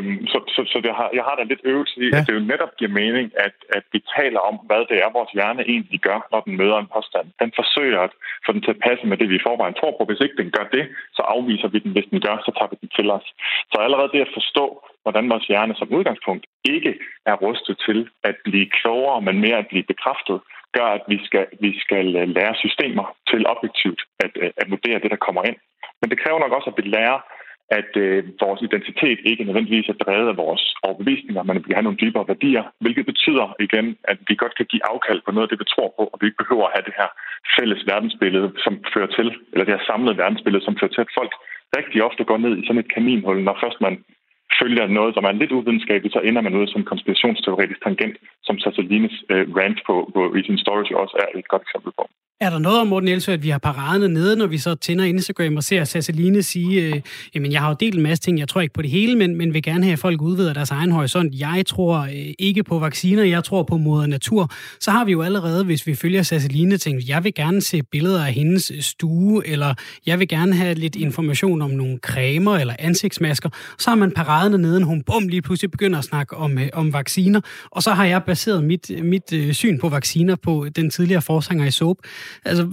så jeg har da lidt øvelse i, at det jo netop giver mening, at vi taler om, hvad det er, vores hjerne egentlig gør, når den møder en påstand. Den forsøger at få den til at passe med det, vi i forvejen tror på. Hvis ikke den gør det, så afviser vi den. Hvis den gør, så tager vi den til os. Så allerede det at forstå, hvordan vores hjerne som udgangspunkt ikke er rustet til at blive klogere, men mere at blive bekræftet, gør, at vi skal lære systemer til objektivt at vurdere det, der kommer ind. Men det kræver nok også, at vi lærer, at vores identitet ikke nødvendigvis er drevet af vores overbevisninger, men at vi har nogle dybere værdier, hvilket betyder igen, at vi godt kan give afkald på noget af det, vi tror på, og vi ikke behøver at have det her fælles verdensbillede, som fører til, eller det her samlede verdensbillede, som fører til, at folk rigtig ofte går ned i sådan et kaninhul, når først man følger noget, som er lidt uvidenskabeligt, så ender man ud som en konspirationsteoretisk tangent, som Sasselines rant på i sin stories også er et godt eksempel på. Er der noget om, Morten Elsøe, at vi har paraderne nede, når vi så tænder Instagram og ser Sasseline sige, jamen jeg har jo delt en masse ting, jeg tror ikke på det hele, men vil gerne have, at folk udvider deres egen horisont. Jeg tror ikke på vacciner, jeg tror på moder natur. Så har vi jo allerede, hvis vi følger Sasseline, tænkt, jeg vil gerne se billeder af hendes stue, eller jeg vil gerne have lidt information om nogle cremer eller ansigtsmasker. Så har man paraderne nede, hun lige pludselig begynder at snakke om vacciner, og så har jeg baseret mit syn på vacciner på den tidligere forsanger i Soap. Altså,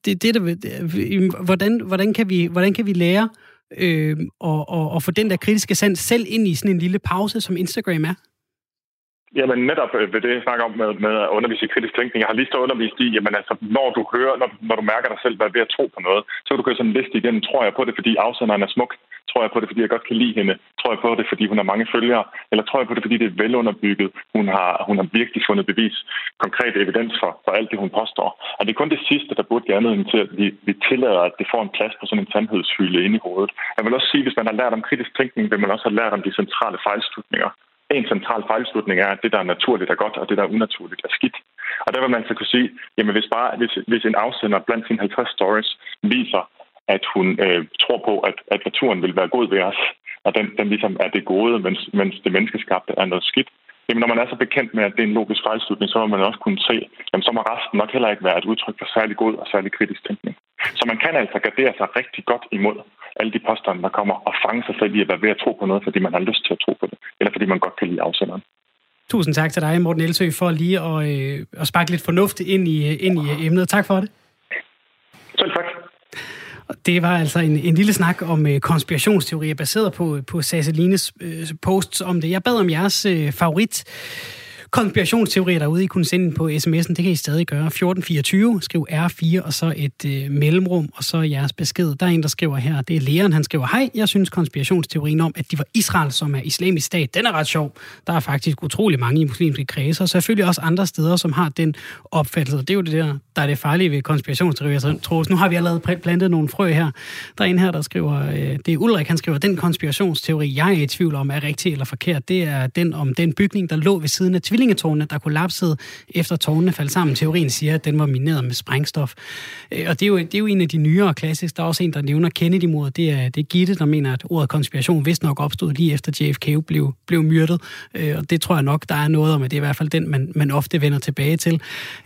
hvordan kan vi lære at få den der kritiske sans selv ind i sådan en lille pause, som Instagram er? Jamen netop ved det, jeg snakker om med at undervise i kritisk tænkning. Jeg har lige så undervist i, jamen altså, når du mærker dig selv være ved at tro på noget, så kan du køre sådan en liste igen. Tror jeg på det, fordi afsenderen er smuk? Tror jeg på det, fordi jeg godt kan lide hende? Tror jeg på det, fordi hun har mange følgere? Eller tror jeg på det, fordi det er velunderbygget? Hun har virkelig fundet bevis, konkret evidens for alt det, hun påstår. Og det er kun det sidste, der burde give anledning til, at vi tillader, at det får en plads på sådan en sandhedshylde inde i hovedet. Jeg vil også sige, hvis man har lært om kritisk tænkning, vil man også have lært om de centrale fejlslutninger. En central fejlslutning er, at det, der er naturligt, er godt, og det, der er unaturligt, er skidt. Og der vil man så kunne sige, jamen hvis en afsender blandt sine 50 stories viser, at hun tror på, at naturen vil være god ved os, og den ligesom er det gode, mens det menneskeskabte er noget skidt. Jamen når man er så bekendt med, at det er en logisk fejlslutning, så må man også kunne se, jamen så må resten nok heller ikke være et udtryk for særlig god og særlig kritisk tænkning. Så man kan altså gardere sig rigtig godt imod alle de påstande, der kommer, og fange sig selv i at være ved at tro på noget, fordi man har lyst til at tro på det, eller fordi man godt kan lide afsenderen. Tusind tak til dig, Morten Elsøe, for lige at sparke lidt fornuft ind i emnet. Tak for det. Selv tak. Det var altså en lille snak om konspirationsteorier baseret på Sasselines posts om det. Jeg bad om jeres favorit konspirationsteorier derude, I kunne sende på sms'en. Det kan I stadig gøre. 1424, skriv R4, og så et mellemrum, og så jeres besked. Der er en, der skriver her, det er Leon, han skriver, hej, jeg synes konspirationsteorien om, at de var Israel, som er islamisk stat, den er ret sjov. Der er faktisk utrolig mange i muslimske kredser, og selvfølgelig også andre steder, som har den opfattelse. Det er jo det der er det farlige ved konspirationsteorier. Så nu har vi allerede plantet nogle frø her. Der er en her, der skriver, det er Ulrik, han skriver, den konspirationsteori, jeg er i tvivl om, er rigtig eller forkert. Det er den om den bygning, der lå ved siden af tvillingetårnene, der kollapsede efter tårnene faldt sammen. Teorien siger, at den var mineret med sprængstof. Og det er jo en af de nyere klassiske. Der er også en, der nævner Kennedy-mordet. Det er Gitte, der mener, at ordet konspiration vist nok opstod lige efter JFK blev myrdet. Og det tror jeg nok, der er noget om, at det er i hvert fald den, man ofte vender tilbage til.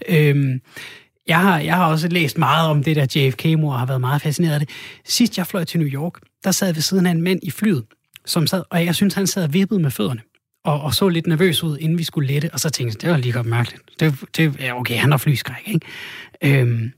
Jeg har også læst meget om det der JFK-mord, og har været meget fascineret af det. Sidst jeg fløj til New York, der sad ved siden af en mand i flyet, som sad, og jeg synes, han sad og vippede med fødderne. Og så lidt nervøs ud, inden vi skulle lette, og så tænkte jeg, det var lige godt mærkeligt. Okay, han har flyskræk, ikke?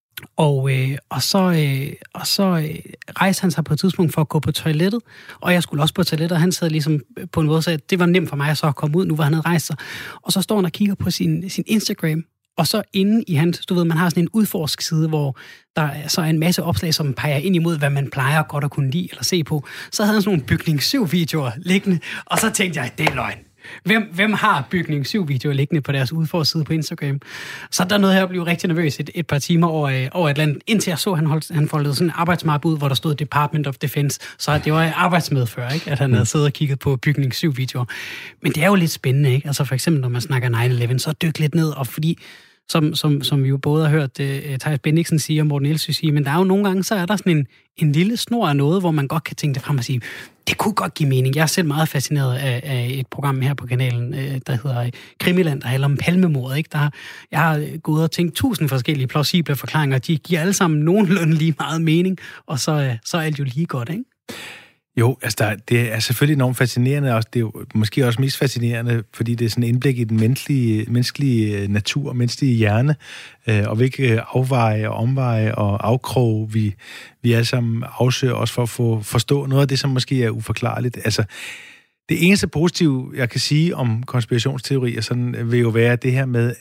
Og så rejste han sig på et tidspunkt for at gå på toilettet, og jeg skulle også på toilettet, og han sad ligesom på en måde, så det var nemt for mig at så komme ud, nu hvor han havde rejst sig. Og så står han og kigger på sin Instagram, og så inde i hans, man har sådan en udforsk-side, hvor der så er en masse opslag, som peger ind imod, hvad man plejer godt at kunne lide eller se på. Så havde han sådan nogle Bygning 7-videoer liggende, og så tænkte jeg, det er løgn. Hvem har Bygning 7-videoer liggende på deres udforside på Instagram? Så der er noget her, jeg blev rigtig nervøs et par timer over et land, indtil jeg så, han foldede sådan en arbejdsmap ud, hvor der stod Department of Defense. Så det var arbejdsmedfør, ikke? At han havde siddet og kigget på Bygning 7-videoer. Men det er jo lidt spændende, ikke? Altså for eksempel, når man snakker 9/11, så dyk lidt ned, og fordi som vi jo både har hørt Theis Bendiksen sige og Morten Elsøe sige, men der er jo nogle gange, så er der sådan en lille snor af noget, hvor man godt kan tænke det frem og sige, det kunne godt give mening. Jeg er selv meget fascineret af et program her på kanalen, der hedder Krimiland, der handler om palmemordet, ikke? Jeg har gået og tænkt 1000 forskellige plausible forklaringer, de giver alle sammen nogenlunde lige meget mening, og så er alt jo lige godt, ikke? Jo, altså det er selvfølgelig enormt fascinerende, og det er jo måske også mest fascinerende, fordi det er sådan en indblik i den menneskelige natur, menneskelige hjerne, og hvilke afveje og omveje og afkrog vi alle sammen afsøger også for at forstå noget af det, som måske er uforklarligt. Altså, det eneste positive, jeg kan sige om konspirationsteorier, sådan vil jo være det her med,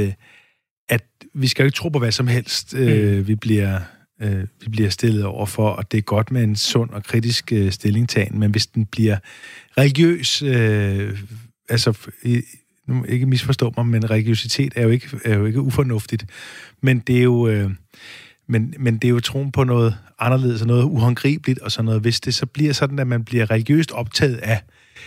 at vi skal jo ikke tro på hvad som helst. Vi bliver stillet over for, og det er godt med en sund og kritisk stillingtagen, men hvis den bliver religiøs, nu ikke misforstå mig, men religiøsitet er jo ikke ufornuftigt, men det er jo men det er jo troen på noget anderledes og noget uhåndgribeligt og sådan noget. Hvis det så bliver sådan, at man bliver religiøst optaget af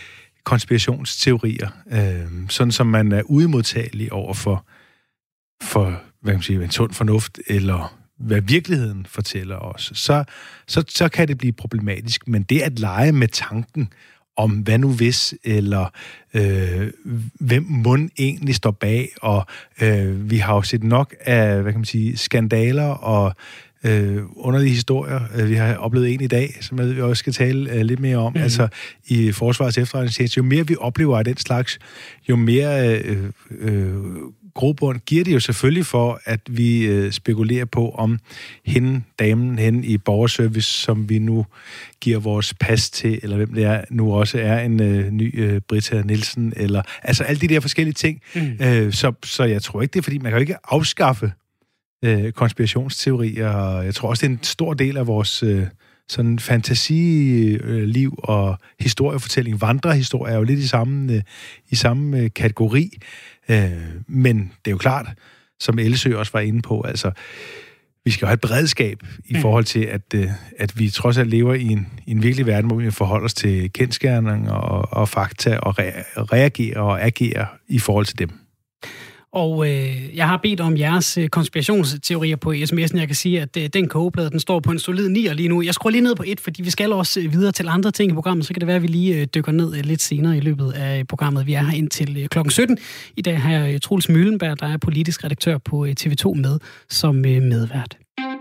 konspirationsteorier, sådan som man er udmodtagelig over for hvad kan man sige, en sund fornuft, eller hvad virkeligheden fortæller os, så kan det blive problematisk. Men det at lege med tanken om hvad nu hvis, eller hvem mund egentlig står bag, og vi har jo set nok af, hvad kan man sige, skandaler og underlige historier. Vi har oplevet en i dag, som vi også skal tale lidt mere om, altså i Forsvarets Efterretningstjeneste. Jo mere vi oplever af den slags, jo mere grobund giver det jo selvfølgelig for, at vi spekulerer på, om damen henne i borgerservice, som vi nu giver vores pas til, eller hvem det er, nu også er en ny Britta Nielsen, eller altså alle de der forskellige ting. Så jeg tror ikke, det er fordi, man kan jo ikke afskaffe konspirationsteorier, og jeg tror også, det er en stor del af vores sådan fantasiliv og historiefortælling. Vandrehistorie er jo lidt i samme kategori, men det er jo klart, som Ellesøe også var inde på, altså vi skal jo have et beredskab i forhold til, at vi trods alt lever i en virkelig verden, hvor vi forholder os til kendsgerninger og fakta og reagerer og agerer i forhold til dem. Og jeg har bedt om jeres konspirationsteorier på sms'en. Jeg kan sige, at den kogeplade, den står på en solid 9 lige nu. Jeg skruer lige ned på 1, fordi vi skal også videre til andre ting i programmet. Så kan det være, at vi lige dykker ned lidt senere i løbet af programmet. Vi er her indtil klokken 17. I dag har jeg Troels Møllenberg, der er politisk redaktør på TV2 med som medvært.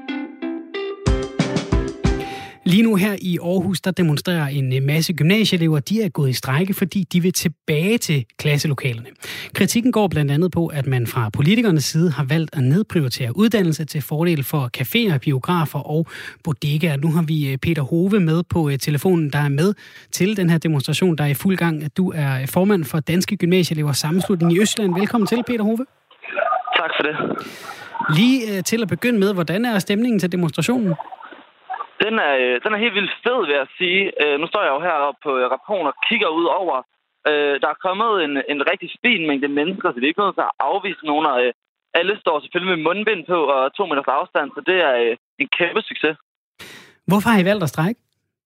Lige nu her i Aarhus, der demonstrerer en masse gymnasieelever. De er gået i strejke, fordi de vil tilbage til klasselokalerne. Kritikken går blandt andet på, at man fra politikernes side har valgt at nedprioritere uddannelse til fordel for caféer, biografer og bodegaer. Nu har vi Peter Hove med på telefonen, der er med til den her demonstration, der er i fuld gang. Du er formand for Danske Gymnasieelevers Sammenslutning i Østjylland. Velkommen til, Peter Hove. Tak for det. Lige til at begynde med, hvordan er stemningen til demonstrationen? Den er helt vildt fed, vil jeg sige. Nu står jeg jo heroppe på Rapon og kigger ud over. Der er kommet en rigtig fin mængde mennesker, så det er ikke noget, der er afvist nogen. Alle står selvfølgelig med mundbind på og 2 meters afstand, så det er en kæmpe succes. Hvorfor har I valgt at strejke?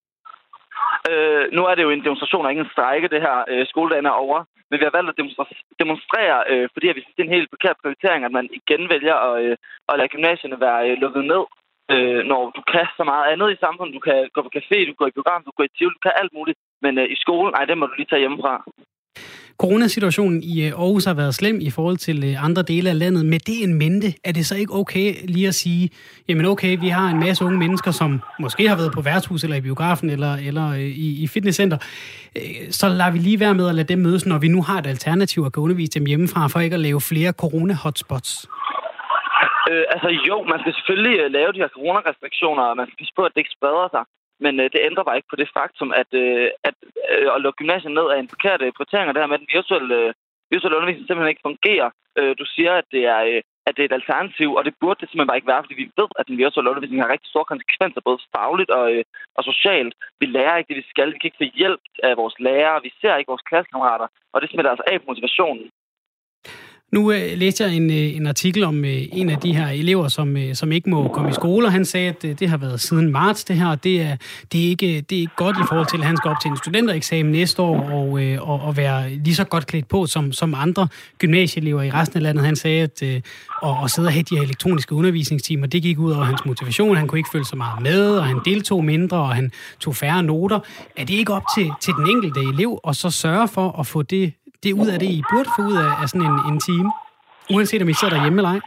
Nu er det jo en demonstration og ikke en strejke, det her. Skoledagen er over. Men vi har valgt at demonstrere, fordi vi synes, det er en helt forkert prioritering, at man igen vælger at lade gymnasierne være lukket ned. Når du kan så meget andet i samfundet. Du kan gå på café, du går i program, du går i tivoli, du kan alt muligt. Men i skolen, det må du lige tage hjemmefra. Coronasituationen i Aarhus har været slem i forhold til andre dele af landet. Med det en mente, er det så ikke okay lige at sige, jamen okay, vi har en masse unge mennesker, som måske har været på værtshus eller i biografen eller i fitnesscenter. Så lader vi lige være med at lade dem mødes, når vi nu har et alternativ at gå undervise dem hjemmefra, for ikke at lave flere corona-hotspots. Jo, man skal selvfølgelig lave de her coronarestriktioner, og man skal passe på, at det ikke spreder sig. Men det ændrer bare ikke på det faktum, at lukke gymnasiet ned er en forkert prioritering, og det her med, at den virtuelle undervisning simpelthen ikke fungerer. Du siger, at det er et alternativ, og det burde det simpelthen bare ikke være, fordi vi ved, at den virtuelle undervisning har rigtig store konsekvenser, både fagligt og socialt. Vi lærer ikke det, vi skal. Vi kan ikke få hjælp af vores lærere. Vi ser ikke vores klassekammerater, og det smitter altså af på motivationen. Nu læste jeg en artikel om en af de her elever, som ikke må komme i skole, og han sagde, at det har været siden marts det her, og det er ikke godt i forhold til, at han skal op til en studentereksamen næste år og være lige så godt klædt på som andre gymnasieelever i resten af landet. Han sagde, at at sidde og have de her elektroniske undervisningstimer, det gik ud over hans motivation. Han kunne ikke følge så meget med, og han deltog mindre, og han tog færre noter. Er det ikke op til den enkelte elev at så sørge for at få det ud af det, I burde få ud af sådan en time? Uanset om I sidder derhjemme eller ej?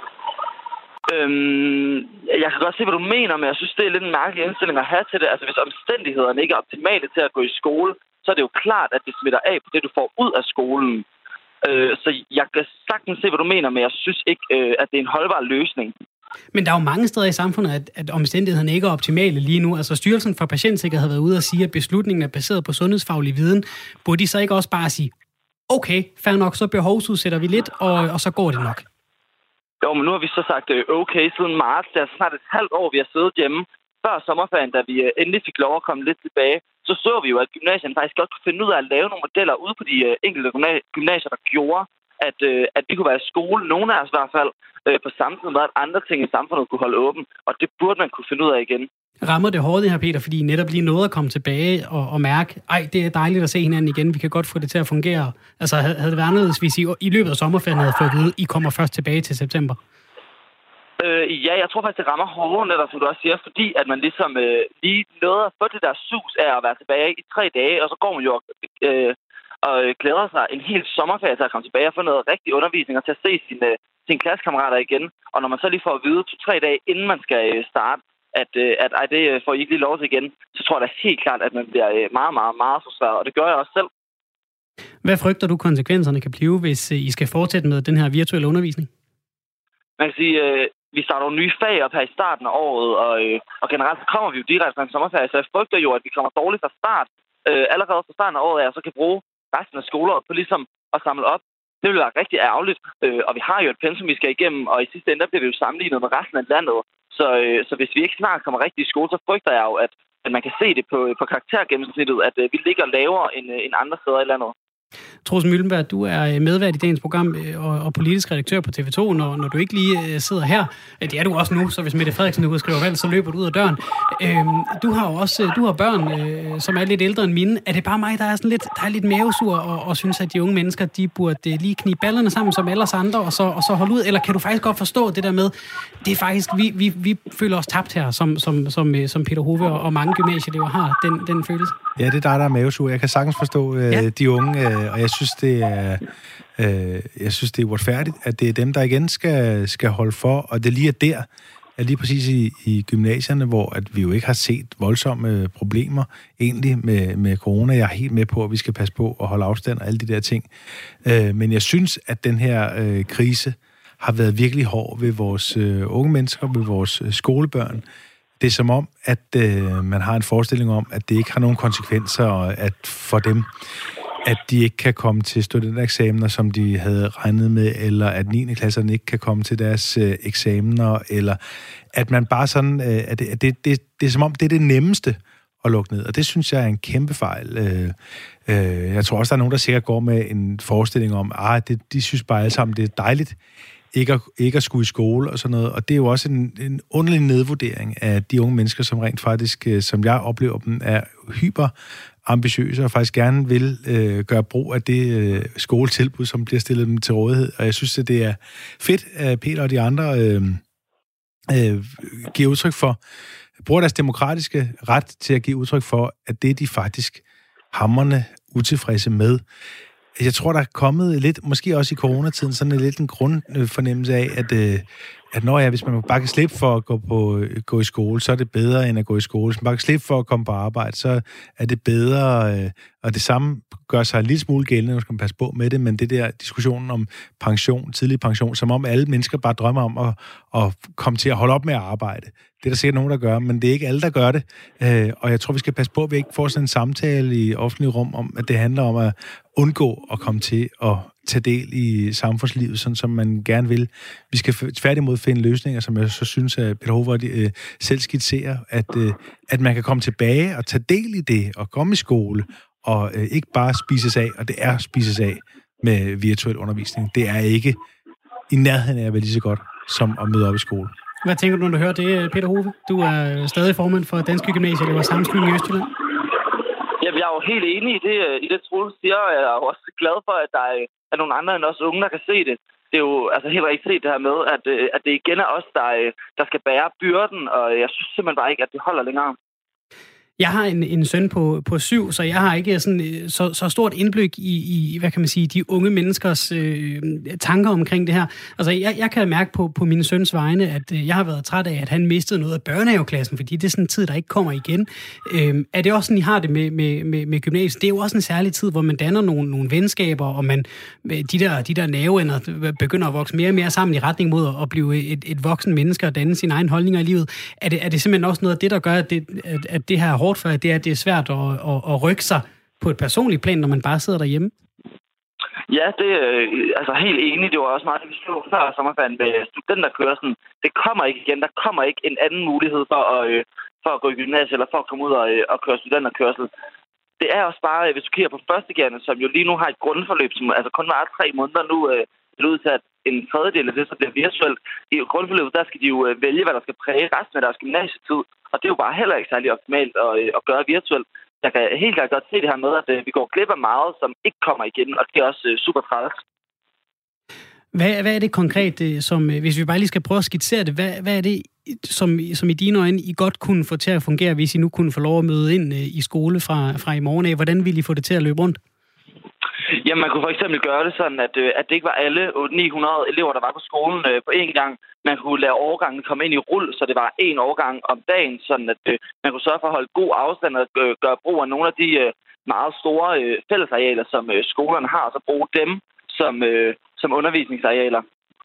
Jeg kan godt se, hvad du mener, men jeg synes, det er lidt en mærkelig indstilling at have til det. Altså, hvis omstændighederne ikke er optimale til at gå i skole, så er det jo klart, at det smitter af på det, du får ud af skolen. Så jeg kan sagtens se, hvad du mener, men jeg synes ikke, at det er en holdbar løsning. Men der er jo mange steder i samfundet, at omstændighederne ikke er optimale lige nu. Altså Styrelsen for Patientsikkerhed har været ude og sige, at beslutningen er baseret på sundhedsfaglig viden. Burde de så ikke også bare sige, okay, fair nok, så behovsudsætter vi lidt, og så går det nok? Jo, men nu har vi så sagt okay siden marts. Det er snart et halvt år, vi har siddet hjemme. Før sommerferien, da vi endelig fik lov at komme lidt tilbage, så vi jo, at gymnasierne faktisk godt kunne finde ud af at lave nogle modeller ude på de enkelte gymnasier, der gjorde, at vi kunne være i skole, nogle af os i hvert fald, på samme tid med, at andre ting i samfundet kunne holde åben. Og det burde man kunne finde ud af igen. Rammer det hårdt her, Peter, fordi netop lige noget at komme tilbage og mærke, det er dejligt at se hinanden igen, vi kan godt få det til at fungere. Altså, havde det været anderledes, hvis I løbet af sommerferien havde fået at vide, I kommer først tilbage til september? Ja, jeg tror faktisk, det rammer hårdere, netop som du også siger, fordi at man ligesom lige nåede at få det der sus af at være tilbage i 3 dage, og så går man jo og glæder sig en hel sommerferie til at komme tilbage og få noget rigtig undervisning og til at se sine klassekammerater igen. Og når man så lige får at vide 2-3 dage, inden man skal starte, at det får I ikke lige lov til igen, så tror jeg da helt klart, at man bliver meget, meget, meget frustreret, og det gør jeg også selv. Hvad frygter du konsekvenserne kan blive, hvis I skal fortsætte med den her virtuelle undervisning? Man kan sige, vi starter nogle nye fag op her i starten af året, og generelt så kommer vi jo direkte fra en sommerferie, så jeg frygter jo, at vi kommer dårligt fra start. Allerede fra starten af året, så kan bruge resten af skoleåret på ligesom at samle op. Det vil være rigtig ærgerligt, og vi har jo et pensum, vi skal igennem, og i sidste ende bliver vi jo sammenlignet med resten af landet. Så hvis vi ikke snart kommer rigtig i skole, så frygter jeg jo, at man kan se det på karaktergennemsnittet, at vi ligger lavere end andre steder i landet. Troels Møllenberg, du er medvært i dagens program og politisk redaktør på TV2, når du ikke lige sidder her. Det er du også nu, så hvis Mette Frederiksen udskriver valg, så løber du ud af døren. Du har jo også børn, som er lidt ældre end mine. Er det bare mig, der er lidt mavesur og synes, at de unge mennesker, de burde lige knibe ballerne sammen som ellers andre, og så holde ud? Eller kan du faktisk godt forstå det der med, det er faktisk, vi føler os tabt her, som Peter Hove og mange gymnasieelever har den følelse? Ja, det er dig, der er mavesur. Jeg kan sagtens forstå de unge, og jeg synes, det er uretfærdigt, at det er dem, der igen skal holde for, og det lige er der, at lige præcis i gymnasierne, hvor at vi jo ikke har set voldsomme problemer egentlig med corona. Jeg er helt med på, at vi skal passe på at holde afstand og alle de der ting. Men jeg synes, at den her krise har været virkelig hård ved vores unge mennesker, ved vores skolebørn. Det er som om, at man har en forestilling om, at det ikke har nogen konsekvenser, og at for dem, at de ikke kan komme til studentereksamener, som de havde regnet med, eller at 9. klasserne ikke kan komme til deres eksamener, eller at man bare sådan, at det er som om, det er det nemmeste at lukke ned, og det synes jeg er en kæmpe fejl. Jeg tror også, der er nogen, der sikkert går med en forestilling om, de synes bare alle sammen, det er dejligt, ikke at skulle i skole og sådan noget. Og det er jo også en underlig nedvurdering af de unge mennesker, som rent faktisk, som jeg oplever dem, er hyper ambitiøse og faktisk gerne vil gøre brug af det skoletilbud, som bliver stillet dem til rådighed. Og jeg synes, at det er fedt, at Peter og de andre giver udtryk for, bruger deres demokratiske ret til at give udtryk for, at det de faktisk hamrende utilfredse med. Jeg tror, der er kommet lidt, måske også i coronatiden, sådan lidt en grundfornemmelse af, at hvis man bare kan slippe for at gå i skole, så er det bedre end at gå i skole. Hvis man bare kan slippe for at komme på arbejde, så er det bedre. Og det samme gør sig en lille smule gældende, når man skal passe på med det, men det der diskussionen om pension, tidlig pension, som om alle mennesker bare drømmer om at komme til at holde op med at arbejde. Det er der sikkert nogen, der gør, men det er ikke alle, der gør det. Og jeg tror, vi skal passe på, at vi ikke får sådan en samtale i offentlige rum om, at det handler om at undgå at komme til at tage del i samfundslivet, sådan som man gerne vil. Vi skal tværtimod finde løsninger, som jeg så synes, at Peter Hove selv skitserer, at man kan komme tilbage og tage del i det, og komme i skole, og ikke bare spises af, og det er spises af med virtuel undervisning. Det er ikke i nærheden af at være lige så godt, som at møde op i skole. Hvad tænker du, når du hører det, Peter Hove? Du er stadig formand for Danske Gymnasieelever Sammenslutning i Østjylland. Jamen, jeg er jo helt enig i det Troels siger, og jeg er også glad for, at der er nogle andre end os unge, der kan se det. Det er jo altså helt rigtigt set det her med, at det igen er os, der skal bære byrden, og jeg synes simpelthen bare ikke, at det holder længere. Jeg har en søn på 7, så jeg har ikke sådan så stort indblik i hvad kan man sige, de unge menneskers tanker omkring det her. Altså, jeg kan mærke på min søns vegne, at jeg har været træt af, at han mistede noget af børnehaveklassen, fordi det er sådan en tid, der ikke kommer igen. Er det også sådan, I har det med gymnasiet? Det er jo også en særlig tid, hvor man danner nogle venskaber, og man de der nerveender begynder at vokse mere og mere sammen i retning mod at blive et voksen menneske og danne sine egne holdninger i livet. Er det simpelthen også noget af det, der gør, at det her hårdt for, at det er svært at rykke sig på et personligt plan, når man bare sidder derhjemme? Ja, det er altså helt enig. Det var også meget, det vi så før sommerferien med studenterkørslen. Det kommer ikke igen. Der kommer ikke en anden mulighed for at gå i gymnasiet eller for at komme ud og køre studenterkørsel. det er også bare, hvis du kigger på førstegærende, som jo lige nu har et grundforløb, som altså kun varer 3 måneder nu, ud til, at en tredjedel af det, så bliver virtuelt. I grundforløbet, der skal de jo vælge, hvad der skal præge resten af deres gymnasietid, og det er jo bare heller ikke særlig optimalt at gøre virtuelt. Jeg kan helt klart godt se det her med, at vi går glip af meget, som ikke kommer igen, og det er også super træls. Hvad er det konkret, som, hvis vi bare lige skal prøve at skitsere det, hvad er det, som i dine øjne, I godt kunne få til at fungere, hvis I nu kunne få lov at møde ind i skole fra i morgen af? Hvordan ville I få det til at løbe rundt? Jamen, man kunne for eksempel gøre det sådan, at det ikke var alle 900 elever, der var på skolen på én gang. Man kunne lade årgangen komme ind i rul, så det var 1 årgang om dagen, sådan at man kunne sørge for at holde god afstand og gøre brug af nogle af de meget store fællesarealer, som skolerne har, og så bruge dem som undervisningsarealer.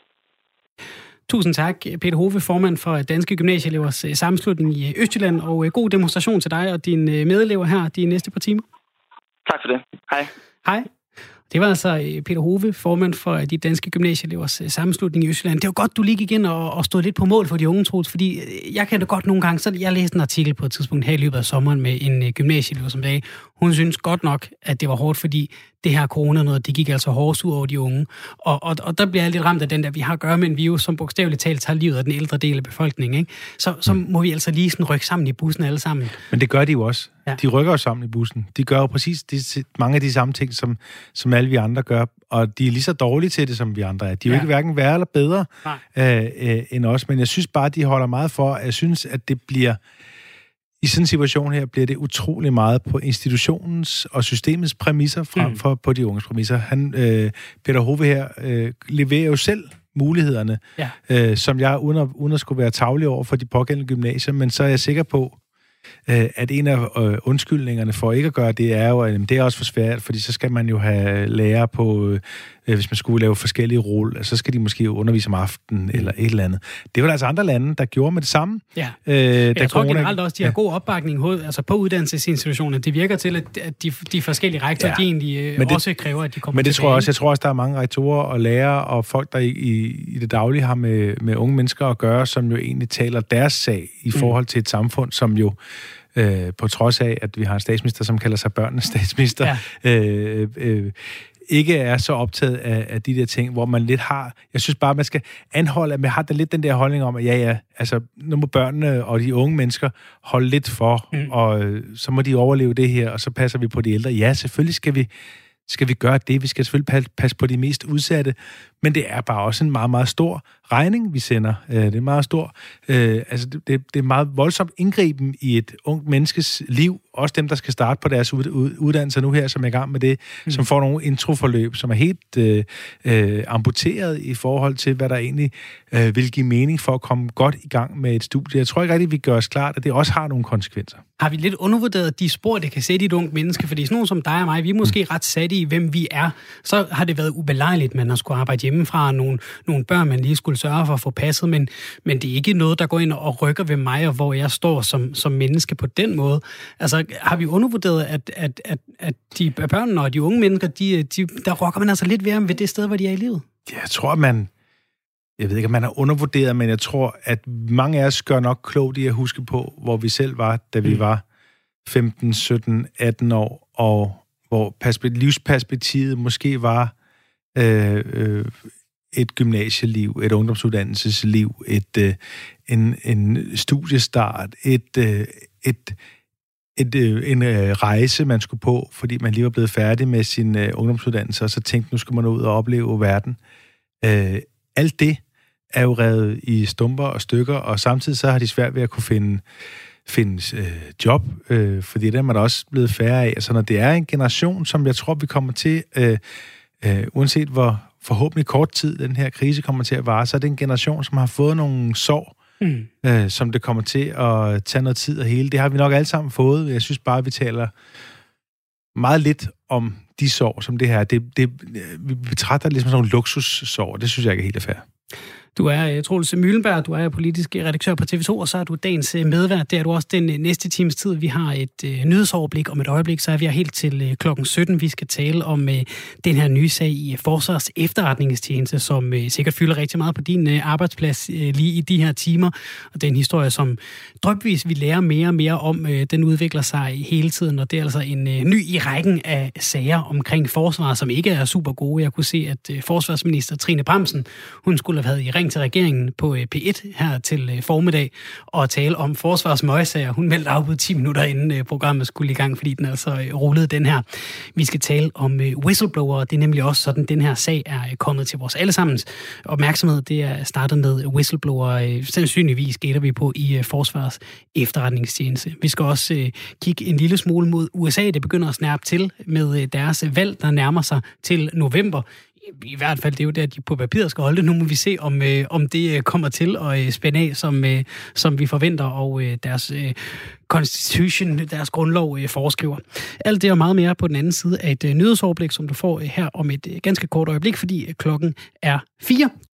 Tusind tak, Peter Hove, formand for Danske Gymnasieelevers Sammenslutning i Østjylland, og god demonstration til dig og dine medelever her de næste par timer. Tak for det. Hej. Hej. Det var altså Peter Hove, formand for de Danske Gymnasieelevers Sammenslutning i Østjylland. Det var godt, du lige gik ind og stod lidt på mål for de unge, Troels, fordi jeg kan det godt nogle gange. Så jeg læste en artikel på et tidspunkt her i løbet af sommeren med en gymnasieelev, som sagde, hun synes godt nok, at det var hårdt, fordi det her corona noget, det gik altså hårdest ud over de unge. Og der bliver jeg lidt ramt af den der, vi har at gøre med en virus, som bogstaveligt talt tager livet af den ældre del af befolkningen. Ikke? Så må vi altså lige sådan rykke sammen i bussen alle sammen. Men det gør de jo også. Ja. De rykker jo sammen i bussen. De gør jo præcis mange af de samme ting, som alle vi andre gør. Og de er lige så dårlige til det, som vi andre er. De er jo ikke hverken værre eller bedre end os. Men jeg synes bare, de holder meget for. Jeg synes, at det bliver... I sådan en situation her bliver det utrolig meget på institutionens og systemets præmisser frem for på de unges præmisser. Peter Hove her leverer jo selv mulighederne, som jeg uden at skulle være tavlig over for de pågældende gymnasier, men så er jeg sikker på, at en af undskyldningerne for ikke at gøre det er jo, at det er også for svært, fordi så skal man jo have lærere på, hvis man skulle lave forskellige ruller, så skal de måske undervise om aftenen eller et eller andet. Det var der altså andre lande, der gjorde med det samme. Ja. Jeg tror generelt også, de har god opbakning altså på uddannelsesinstitutionerne. Det virker til, at de forskellige rektorer, de egentlig også kræver, at de kommer tilbage. Men jeg tror også, der er mange rektorer og lærere og folk, der i det daglige har med unge mennesker at gøre, som jo egentlig taler deres sag i forhold til et samfund, som jo på trods af, at vi har en statsminister, som kalder sig børnenes statsminister, ikke er så optaget af de der ting, hvor man lidt har... Jeg synes bare, man skal anholde, at man har lidt den der holdning om, at altså, nu må børnene og de unge mennesker holde lidt for, og så må de overleve det her, og så passer vi på de ældre. Ja, selvfølgelig skal vi gøre det. Vi skal selvfølgelig passe på de mest udsatte, men det er bare også en meget, meget stor regning, vi sender. Det er meget stor... det er meget voldsomt indgriben i et ungt menneskes liv. Også dem, der skal starte på deres uddannelser nu her, som er i gang med det, som får nogle introforløb, som er helt amputeret i forhold til, hvad der egentlig vil give mening for at komme godt i gang med et studie. Jeg tror ikke rigtig, vi gør os klart, at det også har nogle konsekvenser. Har vi lidt undervurderet de spor, det kan sætte i et ungt menneske? Fordi sådan nogen som dig og mig, vi er måske ret satte i, hvem vi er. Så har det været ubelejligt, man har skulle arbejde hjemmefra, nogle børn, man lige skulle sørge for at få passet, men det er ikke noget, der går ind og rykker ved mig, og hvor jeg står som menneske på den måde. Altså, har vi undervurderet, at de børnene og de unge mennesker, der rokker man altså lidt ved det sted, hvor de er i livet? Jeg tror, jeg ved ikke, om man har undervurderet, men jeg tror, at mange af os gør nok klogt i at huske på, hvor vi selv var, da vi var 15, 17, 18 år, og hvor livsperspektivet måske var et gymnasieliv, et ungdomsuddannelsesliv, en studiestart, en rejse, man skulle på, fordi man lige var blevet færdig med sin ungdomsuddannelse, og så tænkte, nu skal man ud og opleve verden. Alt det er jo revet i stumper og stykker, og samtidig så har de svært ved at kunne finde job, fordi det er man også blevet færre af. Altså når det er en generation, som jeg tror, vi kommer til, uanset hvor forhåbentlig kort tid den her krise kommer til at vare, så er det en generation, som har fået nogle sår, som det kommer til at tage noget tid og hele. Det har vi nok alle sammen fået. Jeg synes bare, vi taler meget lidt om de sår, som det her. Vi betragter det ligesom sådan nogle luksussår, det synes jeg ikke er helt fair. Du er Troels Mühlenberg, du er politisk redaktør på TV2, og så er du dagens medvært. Det er du også den næste times tid. Vi har et nyhedsoverblik om et øjeblik, så er vi helt til klokken 17. Vi skal tale om den her nye sag i Forsvars Efterretningstjeneste, som sikkert fylder rigtig meget på din arbejdsplads lige i de her timer. Og det er en historie, som drypvis vi lærer mere og mere om. Den udvikler sig hele tiden, og det er altså en ny i rækken af sager omkring forsvar, som ikke er super gode. Jeg kunne se, at forsvarsminister Trine Bramsen, hun skulle have været i ring til regeringen på P1 her til formiddag og tale om forsvarsmøgsager. Hun meldte afbud 10 minutter inden programmet skulle i gang, fordi den altså rullede den her. Vi skal tale om whistleblower, det er nemlig også sådan, den her sag er kommet til vores allesammens opmærksomhed. Det er startet med whistleblower, sandsynligvis gætter vi på i Forsvars Efterretningstjeneste. Vi skal også kigge en lille smule mod USA. Det begynder at snærpe til med deres valg, der nærmer sig til november. I hvert fald, det er jo der, de på papiret skal holde det. Nu må vi se, om det kommer til at spænde af, som vi forventer, og deres constitution, deres grundlov foreskriver. Alt det og meget mere på den anden side af et nyhedsoverblik, som du får her om et ganske kort øjeblik, fordi klokken er 4.